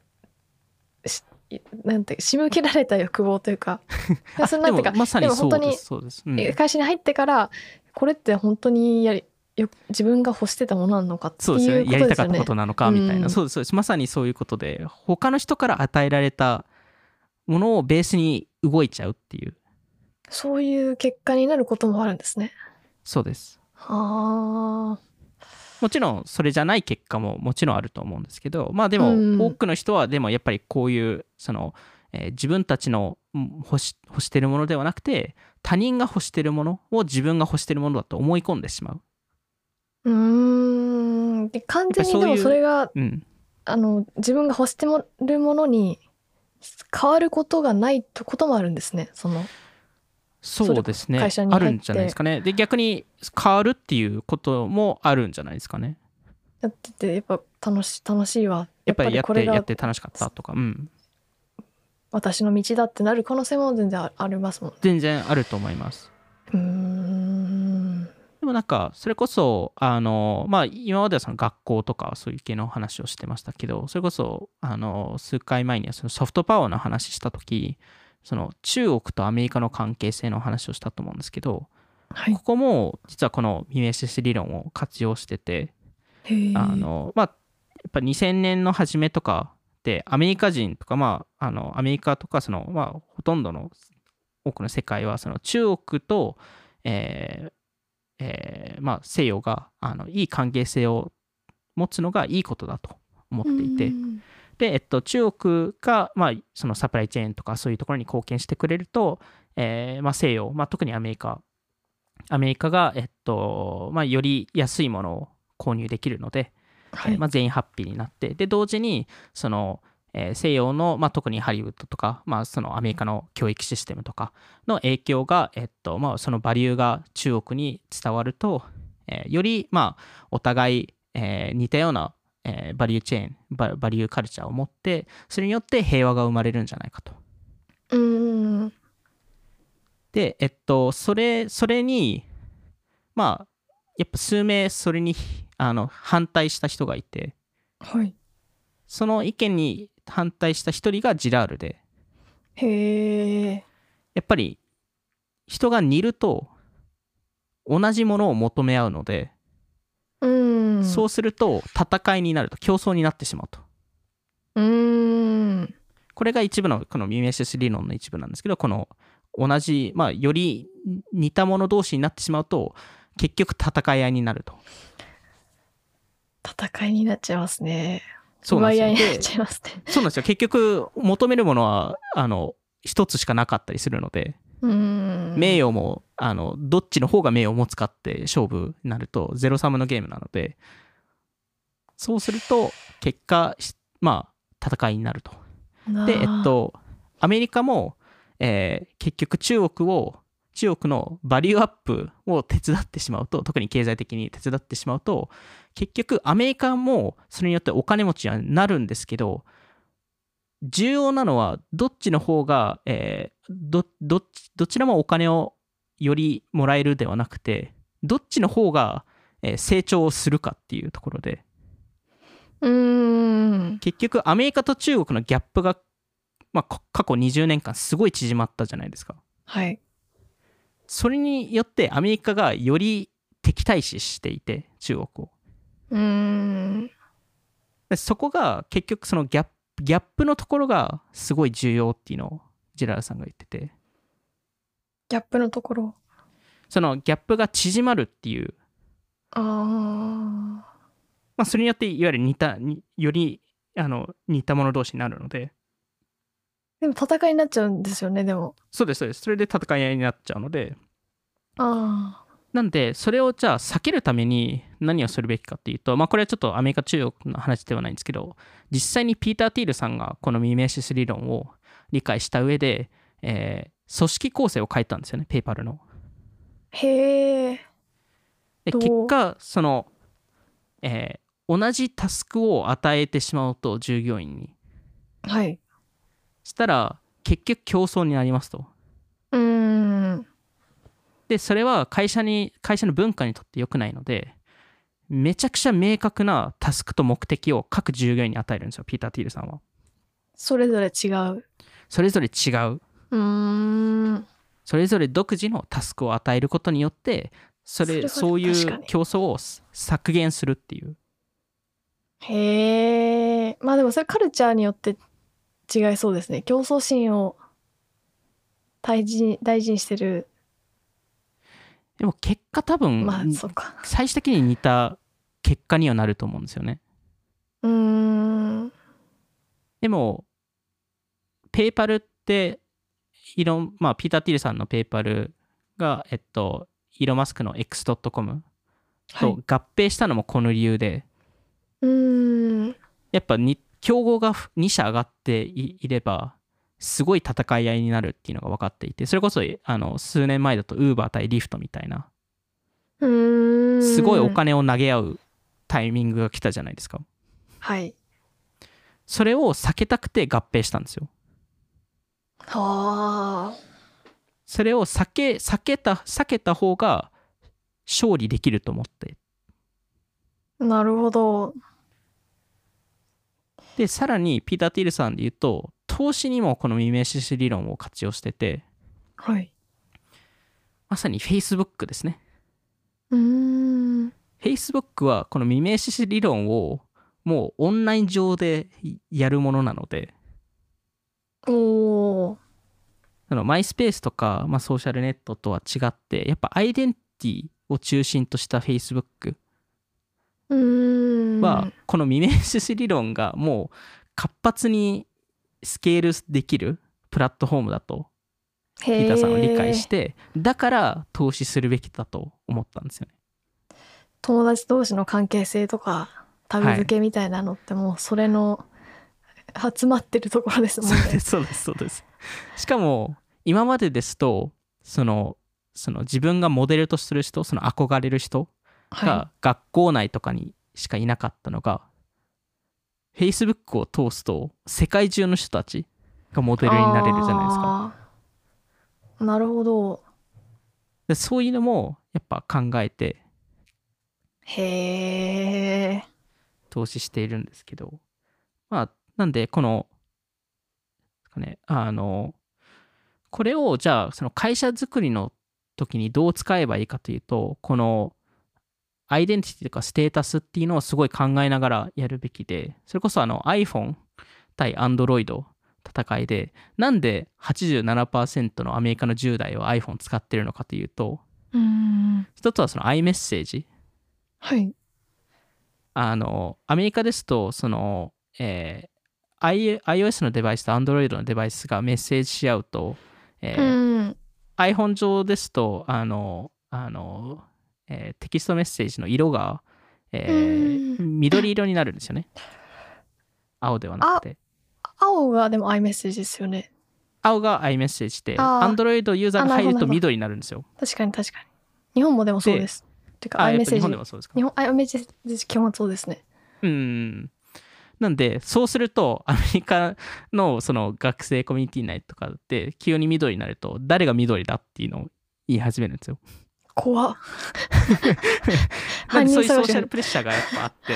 なんて仕向けられた欲望というかそなんていうか、 まさにそうですそうです、うん、会社に入ってからこれって本当にやりよ自分が欲してたものなのかっていうことですよね。そうですよね。 やりたかったことなのかみたいな、うん、そうですそうです。まさにそういうことで、他の人から与えられたものをベースに動いちゃうっていう、 そういう結果になることもあるんですね。 そうです。 はあ。 もちろんそれじゃない結果ももちろんあると思うんですけど、まあでも多くの人はでもやっぱりこういうその、えー、自分たちの欲し、欲してるものではなくて他人が欲してるものを自分が欲してるものだと思い込んでしまう。 うーんんで完全にでもそれが、うん、あの自分が欲してるものに変わることがないってこともあるんですね。そのそうですね、会社に入ってあるんじゃないですかね。で逆に変わるっていうこともあるんじゃないですかね。 やっててやっぱ楽し楽しいわ、 やっぱりやってやって楽しかったとか、うん、 私の道だってなる可能性も全然ありますもんね。 全然あると思います。 うーんでもなんかそれこそあのまあ今まではその学校とかそういう系の話をしてましたけど、それこそあの数回前にはそのソフトパワーの話した時、その中国とアメリカの関係性の話をしたと思うんですけど、はい、ここも実はこのミメシス理論を活用してて、あのまあやっぱにせんねんの初めとかでアメリカ人とか、まあ、あのアメリカとかその、まあ、ほとんどの多くの世界はその中国と、えーえーまあ、西洋があのいい関係性を持つのがいいことだと思っていて、で、えっと、中国が、まあ、そのサプライチェーンとかそういうところに貢献してくれると、えーまあ、西洋、まあ、特にアメリカアメリカが、えっとまあ、より安いものを購入できるので、はい、まあ、全員ハッピーになって、で同時にその、えー、西洋の、まあ、特にハリウッドとか、まあ、そのアメリカの教育システムとかの影響が、えっとまあ、そのバリューが中国に伝わると、えー、より、まあ、お互い、えー、似たような、えー、バリューチェーンバ、バリューカルチャーを持って、それによって平和が生まれるんじゃないかと。 うーんで、えっと、それ、それに、まあ、やっぱ数名それにあの反対した人がいて、 はい、 その意見に反対した一人がジラールで、 へえ。 やっぱり人が似ると同じものを求め合うので、 うん、 そうすると戦いになると、競争になってしまうと。 うーんこれが一部のこのミメシス理論の一部なんですけど、この同じ、まあ、より似た者同士になってしまうと結局戦い合いになると。 戦いになっちゃいますね。 そうなんですよ。 奪い合いになっちゃいますね。 そうなんですよ。結局求めるものはあの一つしかなかったりするので、 うーん名誉もあのどっちの方が名誉を持つかって勝負になるとゼロサムのゲームなので、そうすると結果まあ戦いになると。でえっとアメリカも、えー、結局中国を中国のバリューアップを手伝ってしまうと、特に経済的に手伝ってしまうと、結局アメリカもそれによってお金持ちになるんですけど、重要なのはどっちの方が、えー、ど, ど, っちどちらもお金をよりもらえるではなくて、どっちの方が成長をするかっていうところで、 うーん結局アメリカと中国のギャップが、まあ、過去にじゅうねんかんすごい縮まったじゃないですか。 はい。 それによってアメリカがより敵対視していて、中国を。 うーんそこが結局そのギャップ、ギャップのところがすごい重要っていうのをジェラルさんが言ってて。 ギャップのところ。 そのギャップが縮まるっていう。 ああ。 まあそれによっていわゆる似た、よりあの似た者同士になるので。 でも戦いになっちゃうんですよね、でも。 そうです、そうです。それで戦い合いになっちゃうので。 ああ。 なんで、それをじゃあ避けるために何をするべきかっていうと、まあこれはちょっとアメリカ、中国の話ではないんですけど、実際にピーター・ティールさんがこのミメシス理論を理解した上で、えー、組織構成を変えたんですよね、ペイパルの。 へえ。 で、結果、その、えー、同じタスクを与えてしまうと、従業員に。 はい。 したら、結局競争になりますと。 うーん。 で、それは会社に、会社の文化にとって良くないので、めちゃくちゃ明確なタスクと目的を各従業員に与えるんですよ、ピーター・ティールさんは。 それぞれ違う。 それぞれ違う。 うーん。 それぞれ独自のタスクを与えることによって、それ、そういう競争を削減するっていう。 へえ。まあでもそれカルチャーによって違いそうですね。競争心を大事大事にしてる。 でも結果多分、 まあそうか。 最終的に似た結果にはなると思うんですよね。 うーん。 でも、ペイパルって、イロン、まあ、ピーター・ティールさんのペイパルが、えっと、イーロン・マスクの エックスドットコム と合併したのもこの理由で、 うーん。 やっぱに競合がに社上がっていいればすごい戦い合いになるっていうのが分かっていて、それこそあの数年前だと Uber 対 Lyft みたいなうーん。 すごいお金を投げ合うタイミングが来たじゃないですか。 はい。 それを避けたくて合併したんですよ。 はあ。 それを避け避けた避けた方が勝利できると思って。 なるほど。 でさらにピーター・ティルさんで言うと、投資にもこの未明シス理論を活用してて、 はい。 まさに Facebook ですね。 うーん。 Facebook はこの未明シス理論をもうオンライン上でやるものなので、 おー。 あのマイスペースとか、まあ、ソーシャルネットとは違って、やっぱアイデンティティを中心とした Facebook うーん。 は、この未明シス理論がもう活発にスケールできるプラットフォームだとピーターさんは理解して、だから投資するべきだと思ったんですよね。 友達同士の関係性とかタグ付けみたいなのってもうそれの集まってるところですもんね。 そうですそうですそうです。しかも今までですとそのその自分がモデルとする人、その憧れる人が学校内とかにしかいなかったのが、はい、Facebook を通すと世界中の人たちがモデルになれるじゃないですか。 なるほど。 でそういうのもやっぱ考えてへー投資しているんですけど、まあなんでこのねあのこれをじゃあその会社作りの時にどう使えばいいかというと、このアイデンティティとかステータスっていうのをすごい考えながらやるべきで、それこそあの iPhone 対 Android 戦いで、なんで はちじゅうななパーセント のアメリカのじゅう代は iPhone 使ってるのかというと、 うーん一つはその iMessage。 はい。 あのアメリカですとその、えー、iOS のデバイスと Android のデバイスがメッセージし合うと、えー、iPhone 上ですとあのあの、えー、テキストメッセージの色が、えー、緑色になるんですよね。青ではなくて。 青がでも iMessage ですよね。 青が iMessage で Android ユーザーが入ると緑になるんですよ。 確かに確かに。日本もでもそうです。てか iMessage 日本でもそうですか。 日本 iMessage 基本そうですね。 うんなんでそうするとアメリカのその学生コミュニティ内とかって急に緑になると誰が緑だっていうのを言い始めるんですよ。 怖っ。 なんでそういうソーシャルプレッシャーがやっぱあって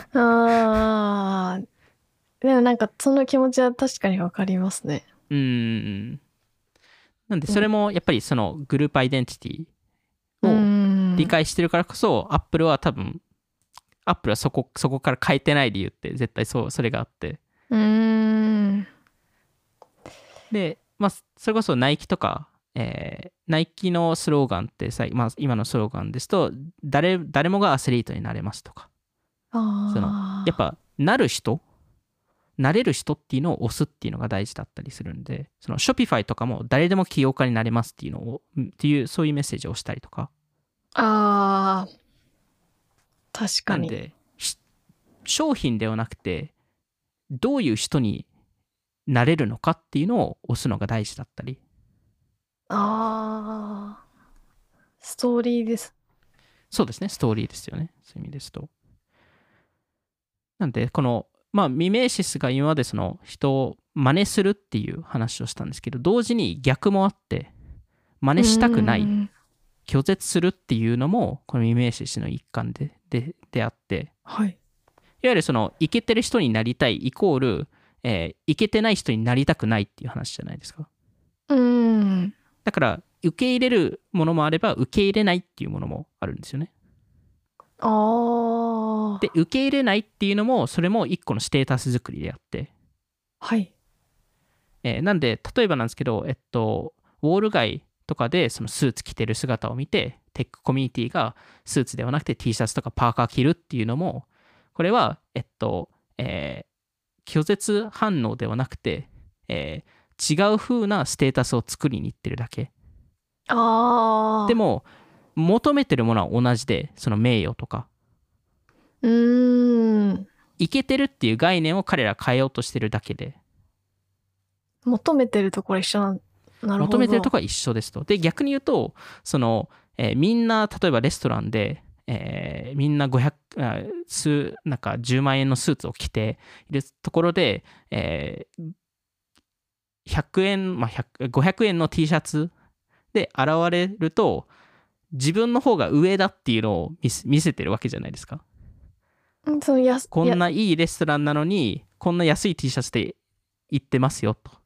あーでもなんかその気持ちは確かにわかりますね。 うんなんでそれもやっぱりそのグループアイデンティティを理解してるからこそ、アップルは多分アップルはそこそこから変えてない理由って絶対そうそれがあって、 うーんで、まあ、それこそナイキとか、えー、ナイキのスローガンってさ、まあ、今のスローガンですと 誰, 誰もがアスリートになれますとか、 あそのやっぱなる人なれる人っていうのを押すっていうのが大事だったりするんで、その Shopify とかも誰でも起業家になれますっていうのをっていうそういうメッセージを押したりとか。 あー確かに。 なんで商品ではなくてどういう人になれるのかっていうのを押すのが大事だったり。 あーストーリーです。 そうですね、ストーリーですよね、そういう意味ですと。なんでこのまあミメーシスが今までその人を真似するっていう話をしたんですけど、同時に逆もあって真似したくない拒絶するっていうのもこのミメーシスの一環ででであって、 はい、いわゆるそのイケてる人になりたいイコール、えー、イケてない人になりたくないっていう話じゃないですか。 うんだから受け入れるものもあれば受け入れないっていうものもあるんですよね。 あで受け入れないっていうのもそれも一個のステータス作りであって、 はい、 えー、なんで例えばなんですけど、えっと、ウォール街とかでそのスーツ着てる姿を見てテックコミュニティがスーツではなくて T シャツとかパーカー着るっていうのもこれはえっと、えー、拒絶反応ではなくて、えー、違う風なステータスを作りに行ってるだけ。 あでも求めてるものは同じで、その名誉とかうーんイケてるっていう概念を彼ら変えようとしてるだけで、 求めてるところ一緒なん、なるほど。 求めてるところは一緒ですと。で逆に言うとその、えー、みんな例えばレストランで、えー、みんなごひゃくあ数なんかじゅうまんえんのスーツを着ているところで、えー、ひゃくえん、まあ、ごひゃくえんの T シャツで現れると自分の方が上だっていうのを見せ、見せてるわけじゃないですか。 そのやこんないいレストランなのにこんな安い T シャツで行ってますよと。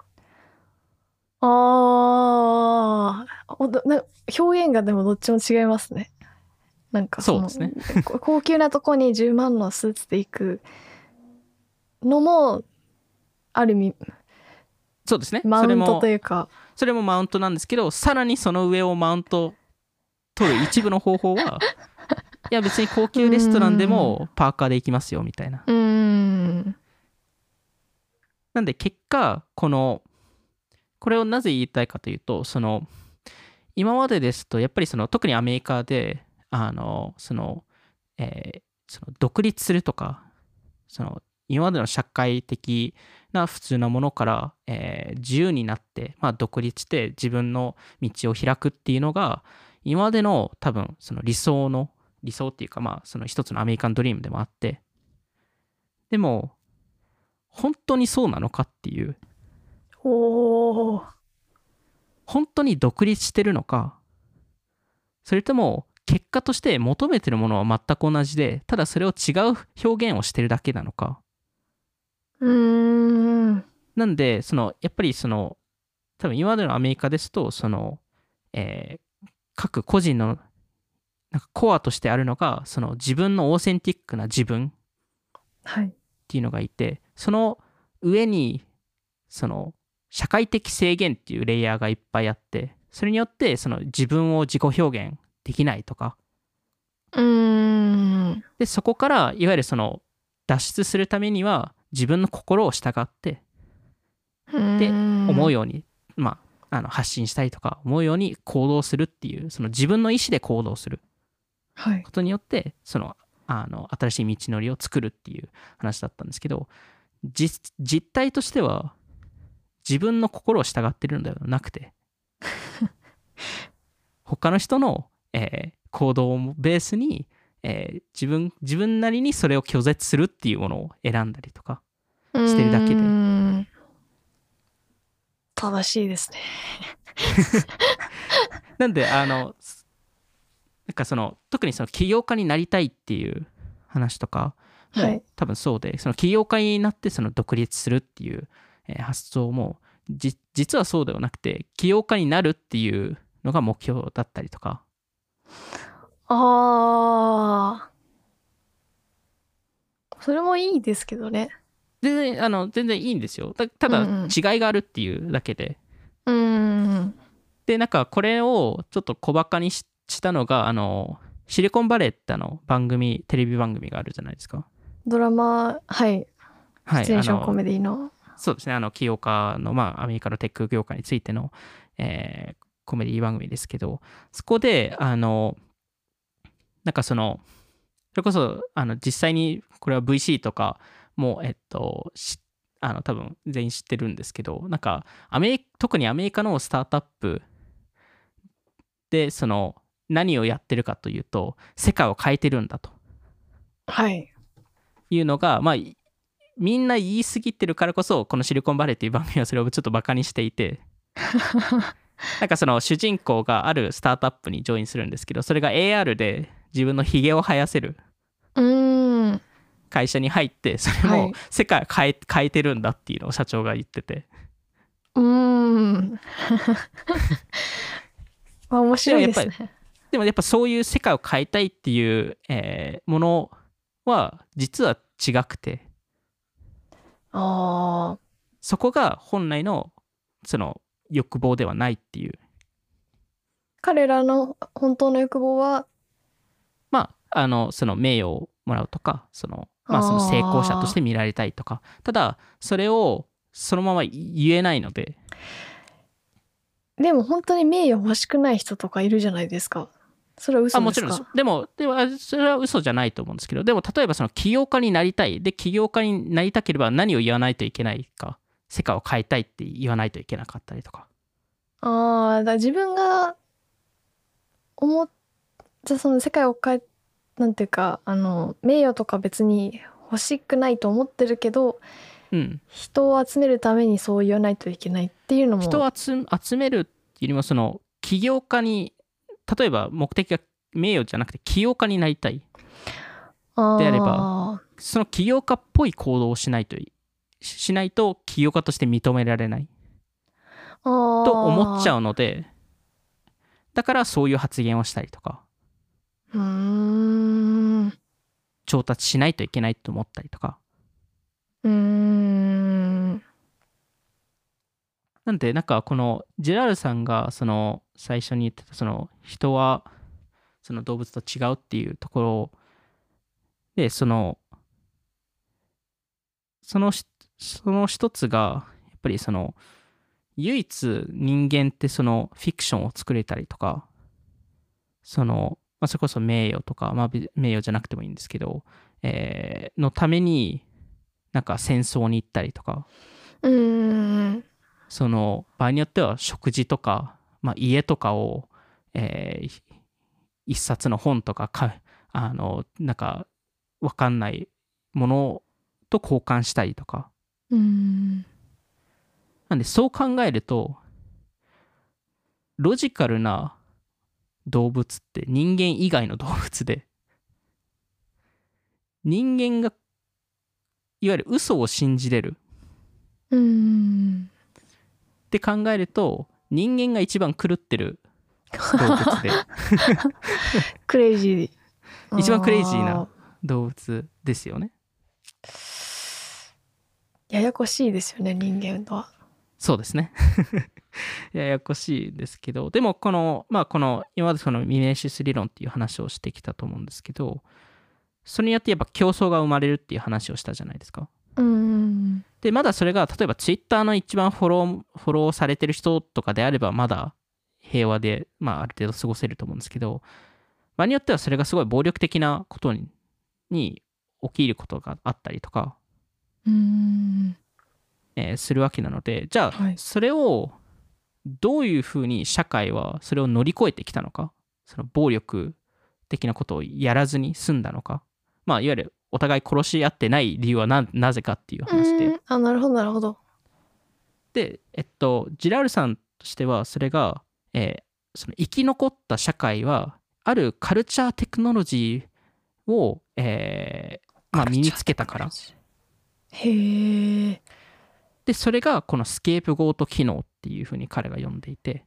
ああ、表現がでもどっちも違いますね。なんかそのそうですね高級なとこにじゅうまんのスーツで行くのもある意味そうですねマウントというか、 それもマウントなんですけど、さらにその上をマウント取る一部の方法はいや別に高級レストランでもパーカーで行きますよみたいな。 うーんなんで結果このこれをなぜ言いたいかというと、その今までですとやっぱりその特にアメリカであのその、えー、その独立するとか、その今までの社会的な普通なものから、えー、自由になって、まあ、独立して自分の道を開くっていうのが今までの多分その理想の理想っていうか、まあその一つのアメリカンドリームでもあって、でも本当にそうなのかっていう、 おー本当に独立してるのか、それとも結果として求めてるものは全く同じで、ただそれを違う表現をしてるだけなのか。 うーんなんでそのやっぱりその多分今までのアメリカですとその、えー、各個人のなんかコアとしてあるのがその自分のオーセンティックな自分っていうのがいて、その上にその社会的制限っていうレイヤーがいっぱいあって、それによってその自分を自己表現できないとか、 うーんでそこからいわゆるその脱出するためには自分の心を従ってで思うように、まあ、あの発信したりとか思うように行動するっていう、その自分の意思で行動することによって、はい、そのあの新しい道のりを作るっていう話だったんですけど、実態としては自分の心を従ってるのではなくて他の人の、えー、行動をベースに、えー、自分自分なりにそれを拒絶するっていうものを選んだりとかしてるだけで、 正しいですねなんであのなんかその特にその起業家になりたいっていう話とかも、はい、多分そうで、その起業家になってその独立するっていう、えー、発想もじ実はそうではなくて、起業家になるっていうのが目標だったりとか。 あーそれもいいですけどね。 全然あの全然いいんですよ。ただ違いがあるっていうだけで、 うんうん、 でなんかこれをちょっと小バカにししたのがあのシリコンバレーってあの番組テレビ番組があるじゃないですか。 ドラマ、はいシチュエーションコメディの、 そうですね、あの起業家の、まあ、アメリカのテック業界についての、えー、コメディ番組ですけど、そこであのなんかそのそれこそあの実際にこれは ブイシー とかもえっとあの多分全員知ってるんですけど、なんかアメリ特にアメリカのスタートアップでその何をやってるかというと世界を変えてるんだと、 はい、 いうのが、まあみんな言い過ぎてるからこそこのシリコンバレーっていう番組はそれをちょっとバカにしていてなんかその主人公があるスタートアップにジョインするんですけど、それが エーアール で自分のヒゲを生やせる会社に入って、それも世界を変え、変えてるんだっていうのを社長が言ってて、 うーんまあ面白いですね。 でもやっぱそういう世界を変えたいっていう、えー、ものは実は違くて、 あそこが本来のその欲望ではないっていう。 彼らの本当の欲望はまああのその名誉をもらうとか、そのまあその成功者として見られたいとか、ただそれをそのまま言えないので。 でも本当に名誉欲しくない人とかいるじゃないですか。 それは嘘あ、もですか？ ちろんです。でも、でも、あそれは嘘じゃないと思うんですけど、でも、例えばその起業家になりたい。で、起業家になりたければ何を言わないといけないか。世界を変えたいって言わないといけなかったりとか。 ああ、だから自分が思っじゃあその世界を変え、なんていうか、あの、名誉とか別に欲しくないと思ってるけど、 うん。 人を集めるためにそう言わないといけないっていうのも。 人を集集めるっていうよりも、その、起業家に、例えば目的が名誉じゃなくて起業家になりたいであれば、その起業家っぽい行動をしないといしないと起業家として認められないと思っちゃうので、だからそういう発言をしたりとか、 うーん調達しないといけないと思ったりとか。 うーんなんで、なんかこのジェラールさんがその最初に言ってた、その人はその動物と違うっていうところで、そのそのその一つがやっぱりその唯一人間ってそのフィクションを作れたりとか、その、まあ、それこそ名誉とか、まあ、名誉じゃなくてもいいんですけど、えーのためになんか戦争に行ったりとか、 うーんその場合によっては食事とか、まあ、家とかを、えー一冊の本とかかあのなんか分かんないものと交換したりとか。 うーんなんでそう考えるとロジカルな動物って人間以外の動物で、人間がいわゆる嘘を信じれるうーんって考えると、人間が一番狂ってる動物でクレイジー一番クレイジーな動物ですよね。 ややこしいですよね、人間とは。 そうですねややこしいですけど、でもこのまあこの今までそのミメシス理論っていう話をしてきたと思うんですけど、それによってやっぱ競争が生まれるっていう話をしたじゃないですか。 うんでまだそれが例えばツイッターの一番フォローフォローされてる人とかであればまだ平和で、まあ、ある程度過ごせると思うんですけど、場合によってはそれがすごい暴力的なことにに起きることがあったりとか、 うんえーするわけなので、じゃあ、 はい、 それをどういうふうに社会はそれを乗り越えてきたのか、その暴力的なことをやらずに済んだのか、まあ、いわゆるお互い殺し合ってない理由は な, なぜかっていう話で、 あ、なるほどなるほど。 で、えっと、ジラールさんとしてはそれが、えーその生き残った社会はあるカルチャーテクノロジーを、えーまあ、身につけたから。 へえ。 でそれがこのスケープゴート機能っていうふうに彼が呼んでいて、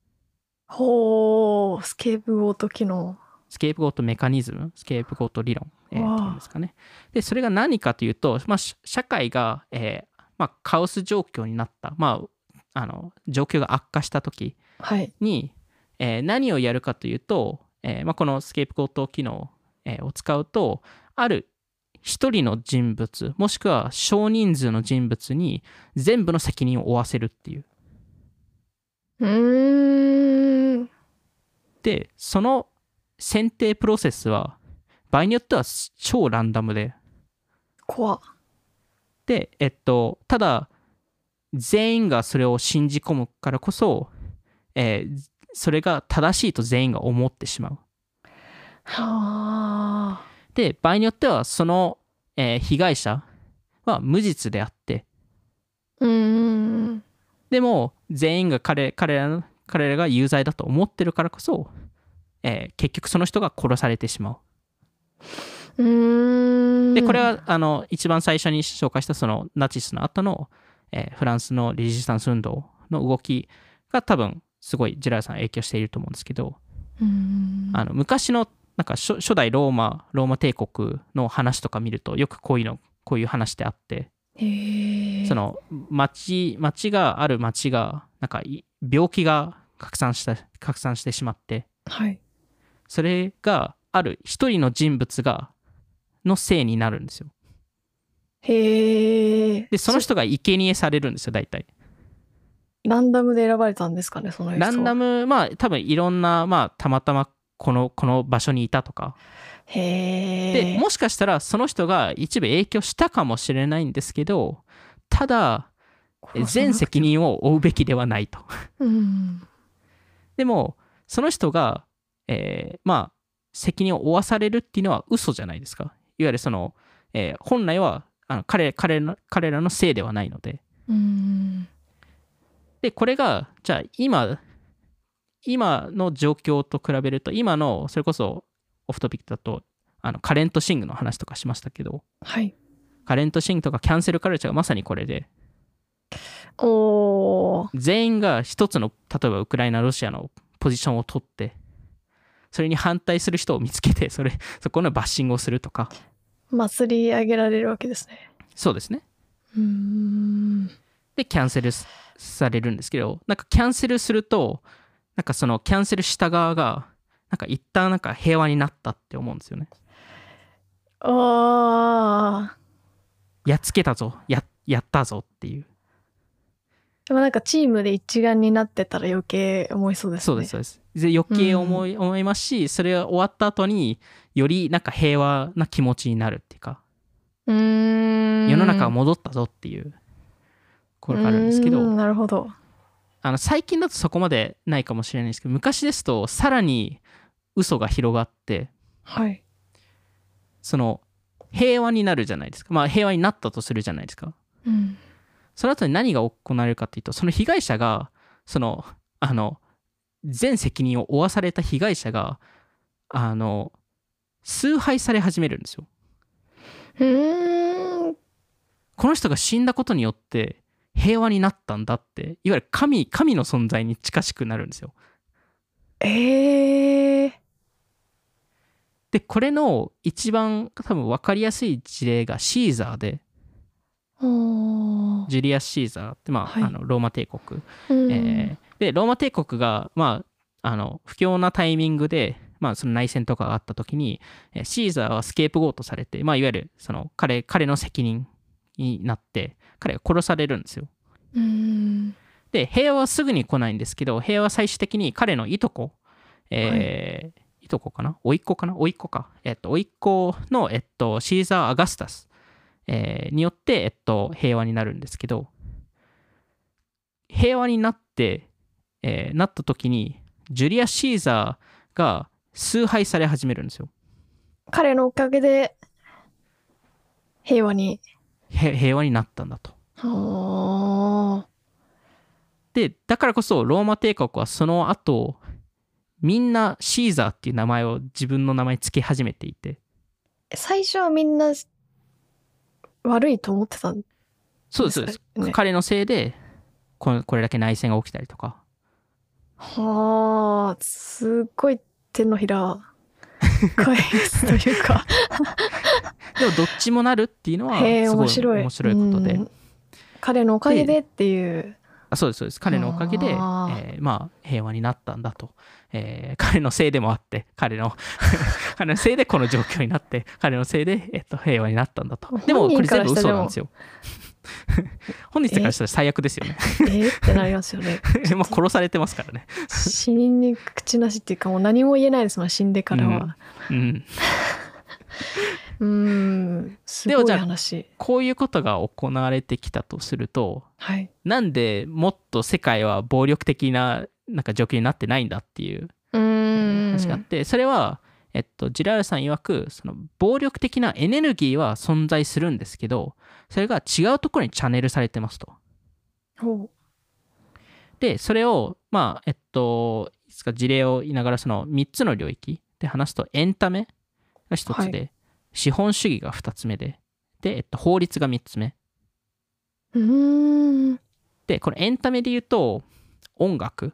ほう、スケープゴート機能。 スケープゴートメカニズム、スケープゴート理論、えー、っていうんですかね。でそれが何かというと、まあ、社会が、えーまあ、カオス状況になった、まあ、あの状況が悪化した時に、はいえー、何をやるかというと、えーまあ、このスケープゴート機能、えー、を使うと、ある一人の人物もしくは少人数の人物に全部の責任を負わせるっていう。 うーんでその選定プロセスは場合によっては超ランダムで、 怖っ。 でえっとただ全員がそれを信じ込むからこそ、えー、それが正しいと全員が思ってしまう。 はあ。 で場合によってはその、えー、被害者は無実であって、 うーんでも全員が彼彼らの彼らが有罪だと思ってるからこそ、えー、結局その人が殺されてしまう。 うーんでこれはあの一番最初に紹介したそのナチスの後の、えー、フランスのレジスタンス運動の動きが多分すごいジェラールさん影響していると思うんですけど、 うーんあの昔のなんか 初, 初代ローマローマ帝国の話とか見るとよくこういうのこういう話であって、 へその町町がある町がなんか病気が拡散した拡散してしまって、 はい、 それがある一人の人物がのせいになるんですよ。 へえ。 でその人が生贄されるんですよ大体。 ランダムで選ばれたんですかね、その人は。 ランダム、まあ多分いろんな、まあたまたまこのこの場所にいたとか。 へでもしかしたらその人が一部影響したかもしれないんですけど、ただ全責任を負うべきではないと。 うん、 でもその人が、えー、まあ責任を負わされるっていうのは嘘じゃないですか。いわゆるその、えー、本来はあの 彼, 彼, の彼らのせいではないので。 うん、 でこれがじゃあ今今の状況と比べると、今のそれこそオフトピックだとあのカレントシングの話とかしましたけど、 はい、 カレントシングとかキャンセルカルチャーがまさにこれで、 お全員が一つの例えばウクライナロシアのポジションを取って、それに反対する人を見つけて、それそこのバッシングをするとか、 祭り上げられるわけですね。 そうですね。 うーん、 でキャンセルされるんですけど、なんかキャンセルすると、なんかそのキャンセルした側がなんか一旦なんか平和になったって思うんですよね。 ああ、 やっつけたぞ、ややったぞっていう。 でもなんかチームで一丸になってたら余計思いそうですね。 そうですそうです。で余計思い、うん、思いますし、それが終わった後によりなんか平和な気持ちになるっていうか、 うーん、 世の中が戻ったぞっていうこれがあるんですけど、 なるほど。 あの最近だとそこまでないかもしれないですけど、昔ですとさらに嘘が広がって、 はい、 その平和になるじゃないですか。まあ平和になったとするじゃないですか。 うん、 その後に何が行われるかっていうと、その被害者がそのあの全責任を負わされた被害者があの崇拝され始めるんですよ。 うーん、 この人が死んだことによって平和になったんだって、いわゆる神神の存在に近しくなるんですよ。 えー、 でこれの一番多分分かりやすい事例がシーザーで、ジュリアス・シーザーって、まあはい、あのローマ帝国、えー、でローマ帝国が、まあ、あの不況なタイミングで、まあ、その内戦とかがあった時にシーザーはスケープゴートされて、まあ、いわゆるその 彼, 彼の責任になって彼が殺されるんですよ。 うんで平和はすぐに来ないんですけど、平和は最終的に彼のいとこ、えーはい、いとこかな甥っ子かな甥っ子か、えっと甥っ子の、えっと、シーザー・アガスタス、えー、によって、えっと、平和になるんですけど、平和になって、えー、なった時にジュリア・シーザーが崇拝され始めるんですよ。 彼のおかげで平和に平和になったんだと。でだからこそローマ帝国はその後みんなシーザーっていう名前を自分の名前につけ始めていて、 最初はみんな悪いと思ってたんですか？ そうですそうです、ね、彼のせいでこれだけ内戦が起きたりとか。 はあ、すっごい手のひら返すというかでもどっちもなるっていうのはすごい面白い、面白いことで、 彼のおかげでっていう。 あ、そうですそうです。彼のおかげで、えー、まあ平和になったんだと、えー、彼のせいでもあって彼の彼のせいでこの状況になって彼のせいで、えっと、平和になったんだと。でもこれ全部嘘なんですよ。本人からしたら最悪ですよね。 えー、ってなりますよね。 まあ殺されてますからね。 死人に口なしっていうかもう何も言えないですもん、死んでからは。うん。うん、うーん、すごい話。 でもじゃあこういうことが行われてきたとすると、 はい、 なんでもっと世界は暴力的ななんか状況になってないんだっていう話があって、それは、えっと、ジラールさん曰くその暴力的なエネルギーは存在するんですけど、それが違うところにチャネルされてますと。 ほう。 でそれをまあえっといつか事例を言いながらそのみっつの領域で話すと、エンタメがひとつで、はい、資本主義がふたつめで、で、えっと、法律がみっつめ。 うーん。 でこれエンタメで言うと音楽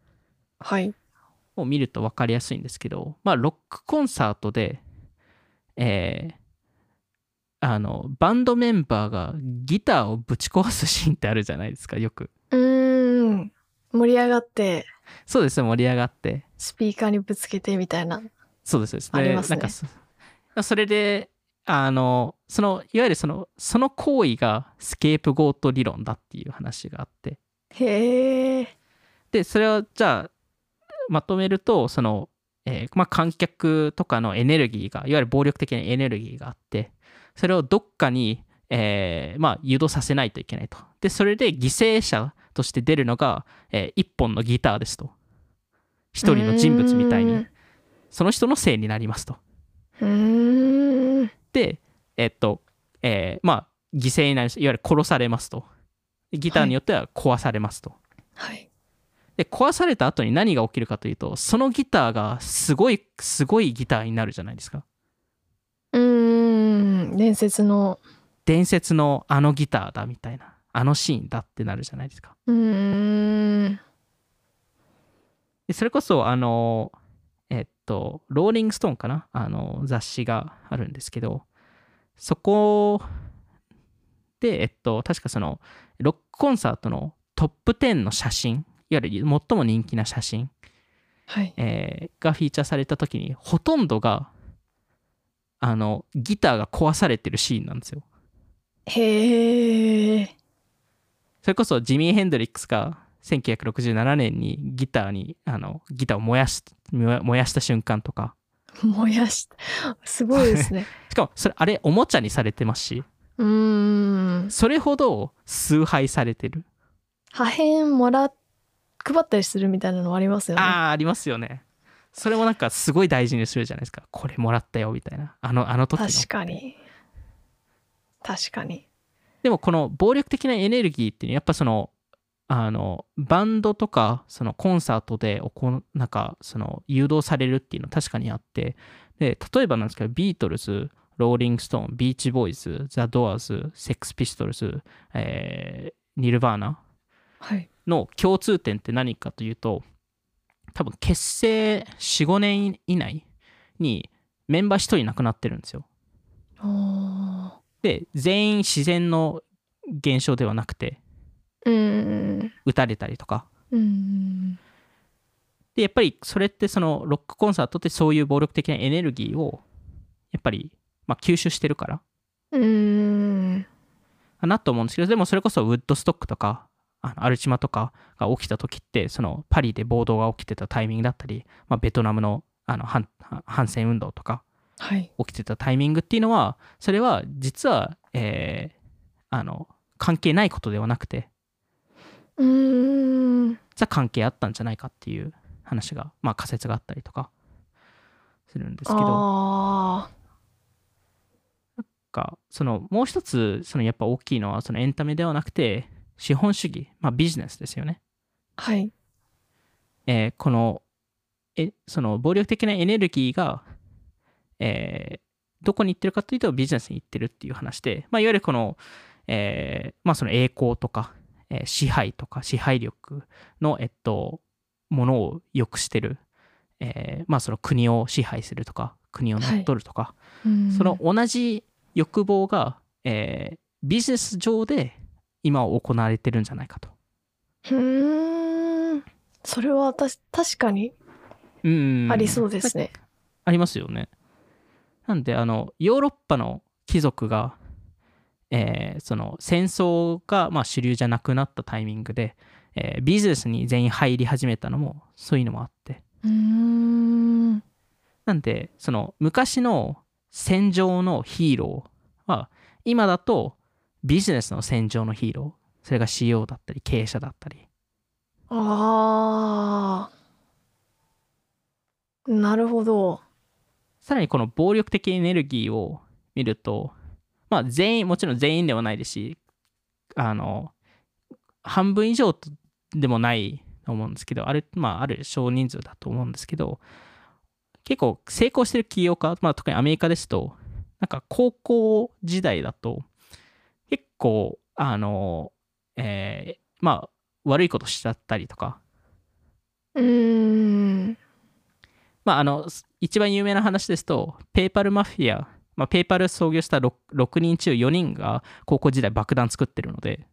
を見ると分かりやすいんですけど、まあロックコンサートで、えー、あのバンドメンバーがギターをぶち壊すシーンってあるじゃないですか、よく。 うーん、盛り上がって。 そうですね、盛り上がってスピーカーにぶつけてみたいな。 そうですですね。 ありますね。 なんか そ, それであのそのいわゆるそのその行為がスケープゴート理論だっていう話があって、 へえ。 でそれをじゃあまとめると、そのえーまあ、観客とかのエネルギーがいわゆる暴力的なエネルギーがあって、それをどっかに、えーまあ、誘導させないといけないと。でそれで犠牲者として出るのが、えー、一本のギターですと。一人の人物みたいにその人のせいになりますと。 うーんでえっと、えーまあ犠牲になります。いわゆる殺されますと。ギターによっては壊されますと。 はい。 で壊された後に何が起きるかというと、そのギターがすごいすごいギターになるじゃないですか。 うーん伝説の伝説のあのギターだみたいな、あのシーンだってなるじゃないですか。 うーんでそれこそあのえっとローリングストーンかな、あの雑誌があるんですけど、そこでえっと確かそのロックコンサートのトップじゅうの写真、いわゆる最も人気な写真、 はいえーがフィーチャーされた時に、ほとんどがあのギターが壊されてるシーンなんですよ。 へえそれこそジミー・ヘンドリックスがせんきゅうひゃくろくじゅうななねんにギターにあのギターを燃やし燃やした瞬間とか、 燃やしたすごいですねしかもそれあれおもちゃにされてますし、 うーんそれほど崇拝されてる。 破片もら配ったりするみたいなのありますよね。 ああありますよね。それもなんかすごい大事にするじゃないですか。これもらったよみたいな、あのあの時の。 確かに確かに。 でもこの暴力的なエネルギーっていうのはやっぱそのあのバンドとかそのコンサートでこうなんかその誘導されるっていうのは確かにあって、で例えばなんですけどビートルズ、ローリングストーン、ビーチボーイズ、ザ・ドアーズ、セックスピストルズ、えー、ニルバーナはいの共通点って何かというと、多分結成 よん,ご 年以内にメンバーひとり亡くなってるんですよ。 あで全員自然の現象ではなくて、 ーうん撃たれたりとかうんで、やっぱりそれってそのロックコンサートってそういう暴力的なエネルギーをやっぱりまあ吸収してるからうんかなと思うんですけど、でもそれこそウッドストックとかあのアルチマとかが起きた時って、そのパリで暴動が起きてたタイミングだったり、まあ、ベトナムのあの反反戦運動とかはい起きてたタイミングっていうのは、それは実は、えー、あの関係ないことではなくて、 うん実は関係あったんじゃないかっていう話が、まあ、仮説があったりとかするんですけど、 あなんかそのもう一つそのやっぱ大きいのは、そのエンタメではなくて資本主義、まあ、ビジネスですよね。 はいえーこのえその暴力的なエネルギーが、えーどこに行ってるかというとビジネスに行ってるっていう話で、まあ、いわゆるこの、えーまあ、その栄光とか、えー支配とか支配力の、えっと、ものを良くしてる、えーまあ、その国を支配するとか国を乗っ取るとか、 うんその同じ欲望が、えービジネス上で今行われてるんじゃないかと。 うんそれは私確かにうんありそうですね。 ありますよね。なんであのヨーロッパの貴族が、えーその戦争がまあ主流じゃなくなったタイミングで、えービジネスに全員入り始めたのもそういうのもあって、 うんなんでその昔の戦場のヒーローは今だとビジネスの戦場のヒーロー、それが シーイーオー だったり経営者だったり、 ああなるほど。 さらにこの暴力的エネルギーを見ると、まあ全員もちろん全員ではないですし、あの半分以上でもないと思うんですけど、あれ、まあ、ある少人数だと思うんですけど、結構成功してる起業家、まあ、特にアメリカですと、なんか高校時代だと、結構、あの、えーまあ、悪いことしちゃったりとか、 うーんまあ、あの、一番有名な話ですと、ペーパルマフィア、まあ、ペーパル創業した 6, ろくにん中よにんが高校時代爆弾作ってるので、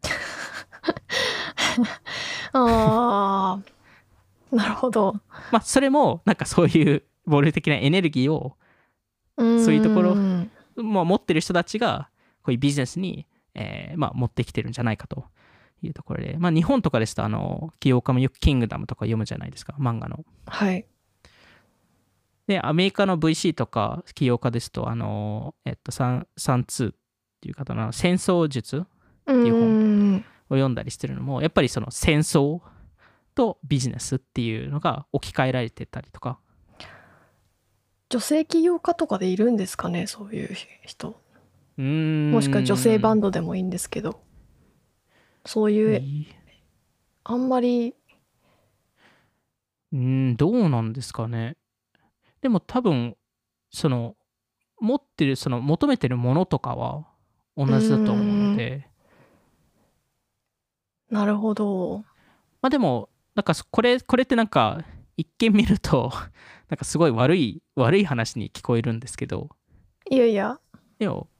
ああなるほど。 まあ、それも、なんかそういう暴力的なエネルギーを、 そそういうところ、まあ、持ってる人たちが、こういうビジネスに、えーまあ、持ってきてるんじゃないかというところで、まあ、日本とかですと、あの、起業家もよくキングダムとか読むじゃないですか、漫画の。 はいで、アメリカの ブイシー とか起業家ですと、あの、えっと、サン、サンツーっていう方の戦争術っていう本を読んだりしてるのも、やっぱりその戦争とビジネスっていうのが置き換えられてたりとか。 女性起業家とかでいるんですかね、そういう人。 うーん。 もしくは女性バンドでもいいんですけど、そういうあんまり、 うん、どうなんですかね。でも多分その持ってるその求めてるものとかは同じだと思うので。 なるほど。 まあでもなんかこれこれってなんか一見見るとなんかすごい悪い悪い話に聞こえるんですけど。 いやいや。 でも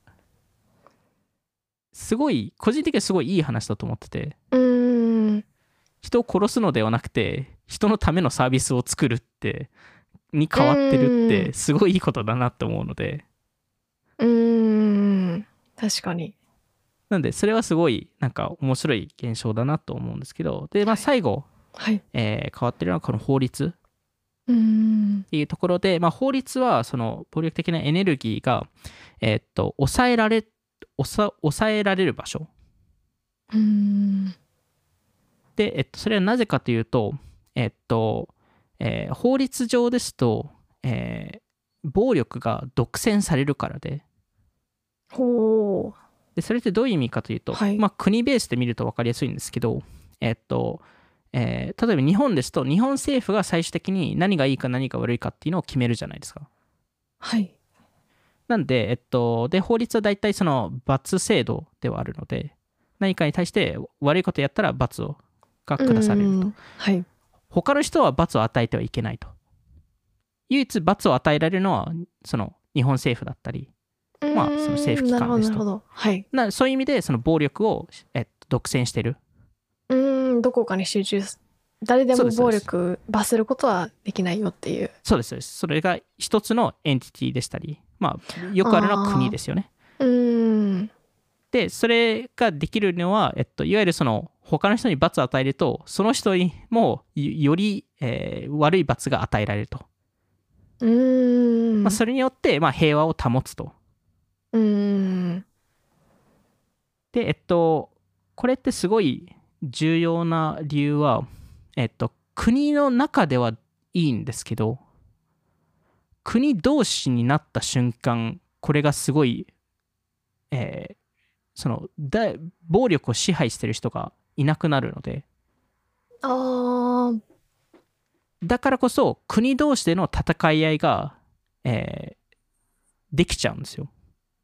すごい個人的にはすごいいい話だと思ってて。 うーん。 人を殺すのではなくて人のためのサービスを作るってに変わってるってすごいいいことだなって思うので。 うーん。確かに。 なんでそれはすごいなんか面白い現象だなと思うんですけど、でまあ最後、 はい、 えー変わってるのはこの法律うーんっていうところで、まあ、法律はその暴力的なエネルギーが、えーっと抑えられ抑抑えられる場所うーんで、えっと、それはなぜかというと、えっとえー法律上ですと、えー暴力が独占されるからで、 ほうでそれってどういう意味かというと、 はい、 まあ、国ベースで見ると分かりやすいんですけど、えっとえー例えば日本ですと日本政府が最終的に何がいいか何が悪いかっていうのを決めるじゃないですか。 はいなんで、えっと、で法律は大体その罰制度ではあるので、何かに対して悪いことやったら罰をが下されると。 はい、 他の人は罰を与えてはいけないと。唯一罰を与えられるのはその日本政府だったり、まあその政府機関ですと。 はい、 なそういう意味でその暴力を、えっと、独占してる。 うーんどこかに集中す誰でも暴力罰することはできないよっていう。 そうですそうです。それが一つのエンティティでしたり、まあよくあるのは国ですよね。 うーんでそれができるのは、えっと、いわゆるその他の人に罰を与えるとその人にもより、えー悪い罰が与えられると。 うーん、 まあ、それによって、まあ、平和を保つと。 うーんでえっとこれってすごい重要な理由は、えっと、国の中ではいいんですけど、国同士になった瞬間これがすごい、えーそのだ暴力を支配してる人がいなくなるので、 あーだからこそ国同士での戦い合いが、えーできちゃうんですよ。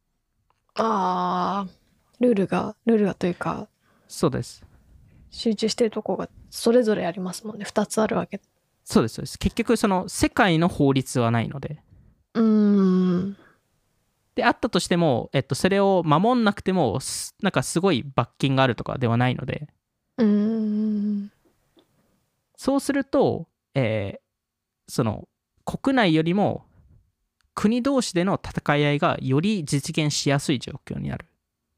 あールールがルールがというかそうです。 集中してるとこがそれぞれありますもんね。ふたつあるわけ。 そうですそうです。結局その世界の法律はないので、 うーんであったとしても、えっと、それを守んなくてもすなんかすごい罰金があるとかではないので、 うーんそうすると、えーその国内よりも国同士での戦い合いがより実現しやすい状況になる。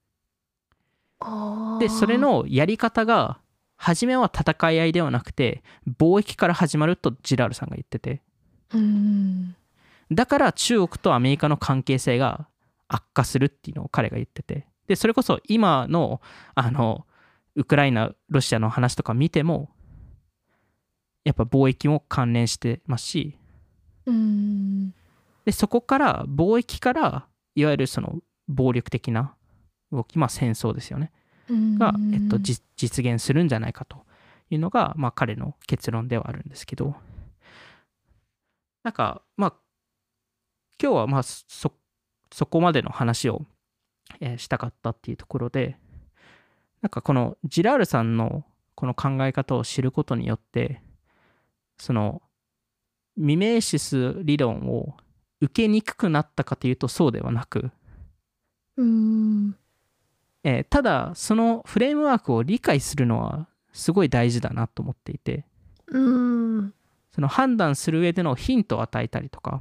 あでそれのやり方が初めは戦い合いではなくて貿易から始まるとジラールさんが言ってて、 うーんだから中国とアメリカの関係性が悪化するっていうのを彼が言ってて、でそれこそ今のあのウクライナロシアの話とか見てもやっぱ貿易も関連してますし、 うーんでそこから貿易からいわゆるその暴力的な動き、まあ戦争ですよねが、えっと、実現するんじゃないかというのが、まあ、彼の結論ではあるんですけど、なんかまあ今日はまあそそこまでの話を、えーしたかったっていうところで、なんかこのジラールさんのこの考え方を知ることによってそのミメーシス理論を受けにくくなったかというとそうではなく、 うーんえーただそのフレームワークを理解するのはすごい大事だなと思っていて、 うーんその判断する上でのヒントを与えたりとか、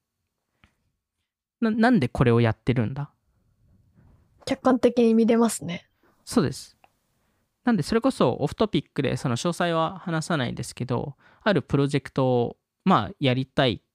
ななんでこれをやってるんだ、 客観的に見れますね。 そうです。なんでそれこそオフトピックでその詳細は話さないんですけど、あるプロジェクトをまあやりたいっ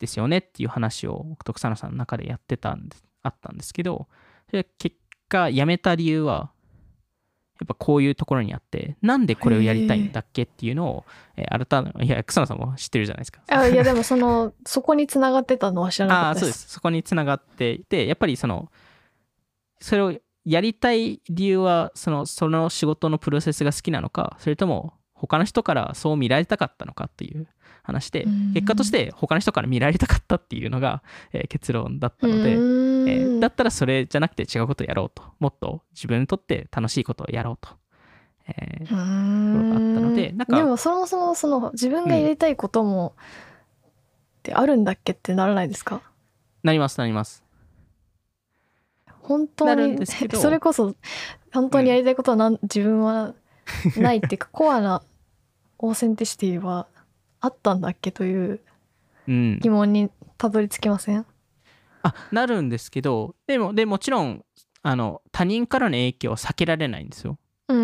ですよねっていう話を僕と草野さんの中でやってたんであったんですけど、それ結果辞めた理由はやっぱこういうところにあって、なんでこれをやりたいんだっけっていうのを、えー、改めいや草野さんも知ってるじゃないですか。 あいやでもそのそこに繋がってたのは知らなかったです。 あそうです。そこに繋がっていて、やっぱりそのそれをやりたい理由はそのその仕事のプロセスが好きなのか、それとも他の人からそう見られたかったのかっていう話で、結果として他の人から見られたかったっていうのが、えー、結論だったので、えー、だったらそれじゃなくて違うことをやろうと、もっと自分にとって楽しいことをやろうと、えー、ところがあったので、なんかでもそもそもその自分がやりたいことも、うん、ってあるんだっけってならないですか？ なりますなります。 本当にそれこそ本当にやりたいことはなん、うん、自分はないっていうかコアなオーセンティシティはあったんだっけという疑問にたどり着きません？うん、 あなるんですけど、でもでもちろんあの他人からの影響は避けられないんですよ。 うん、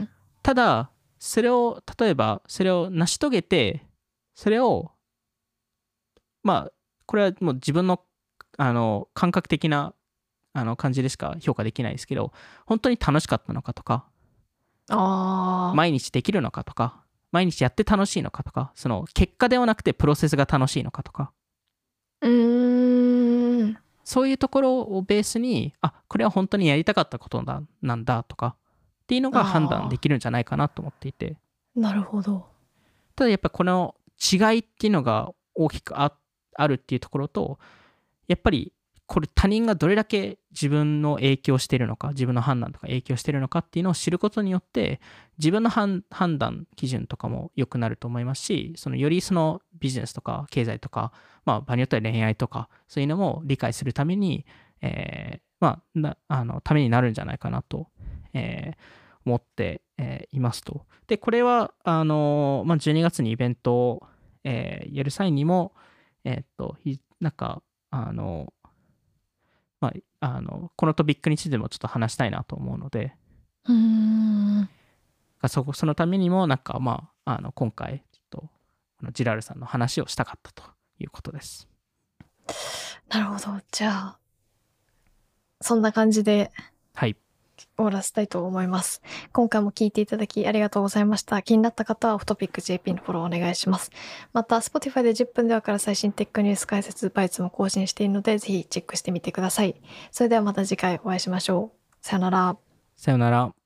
ただそれを例えばそれを成し遂げて、それをまあこれはもう自分のあの感覚的なあの感じでしか評価できないですけど、本当に楽しかったのかとか、 あ毎日できるのかとか、毎日やって楽しいのかとか、その結果ではなくてプロセスが楽しいのかとか、 うーんそういうところをベースに、あこれは本当にやりたかったことだなんだとかっていうのが判断できるんじゃないかなと思っていて。 なるほど。 ただやっぱこの違いっていうのが大きく あ, あるっていうところと、やっぱりこれ他人がどれだけ自分の影響しているのか、自分の判断とか影響しているのかっていうのを知ることによって、自分の判断基準とかも良くなると思いますし、そのよりそのビジネスとか経済とか、まあ場によっては恋愛とかそういうのも理解するために、えー、まあなあのためになるんじゃないかなと、えー、思って、えー、いますと。でこれはあの、まあ、じゅうにがつにイベントを、えー、やる際にも、えー、っとなんかあのまあ、あのこのトピックについてもちょっと話したいなと思うので、 うーんそ, そのためにもなんか、まあ、あの今回ちょっとこのジラールさんの話をしたかったということです。 なるほど。じゃあそんな感じで終わらせたいと思います。今回も聞いていただきありがとうございました。気になった方はオフトピック ジェーピー のフォローお願いします。また Spotify でじゅっぷんではから最新テックニュース解説バイツも更新しているのでぜひチェックしてみてください。それではまた次回お会いしましょう。さよなら。 さよなら。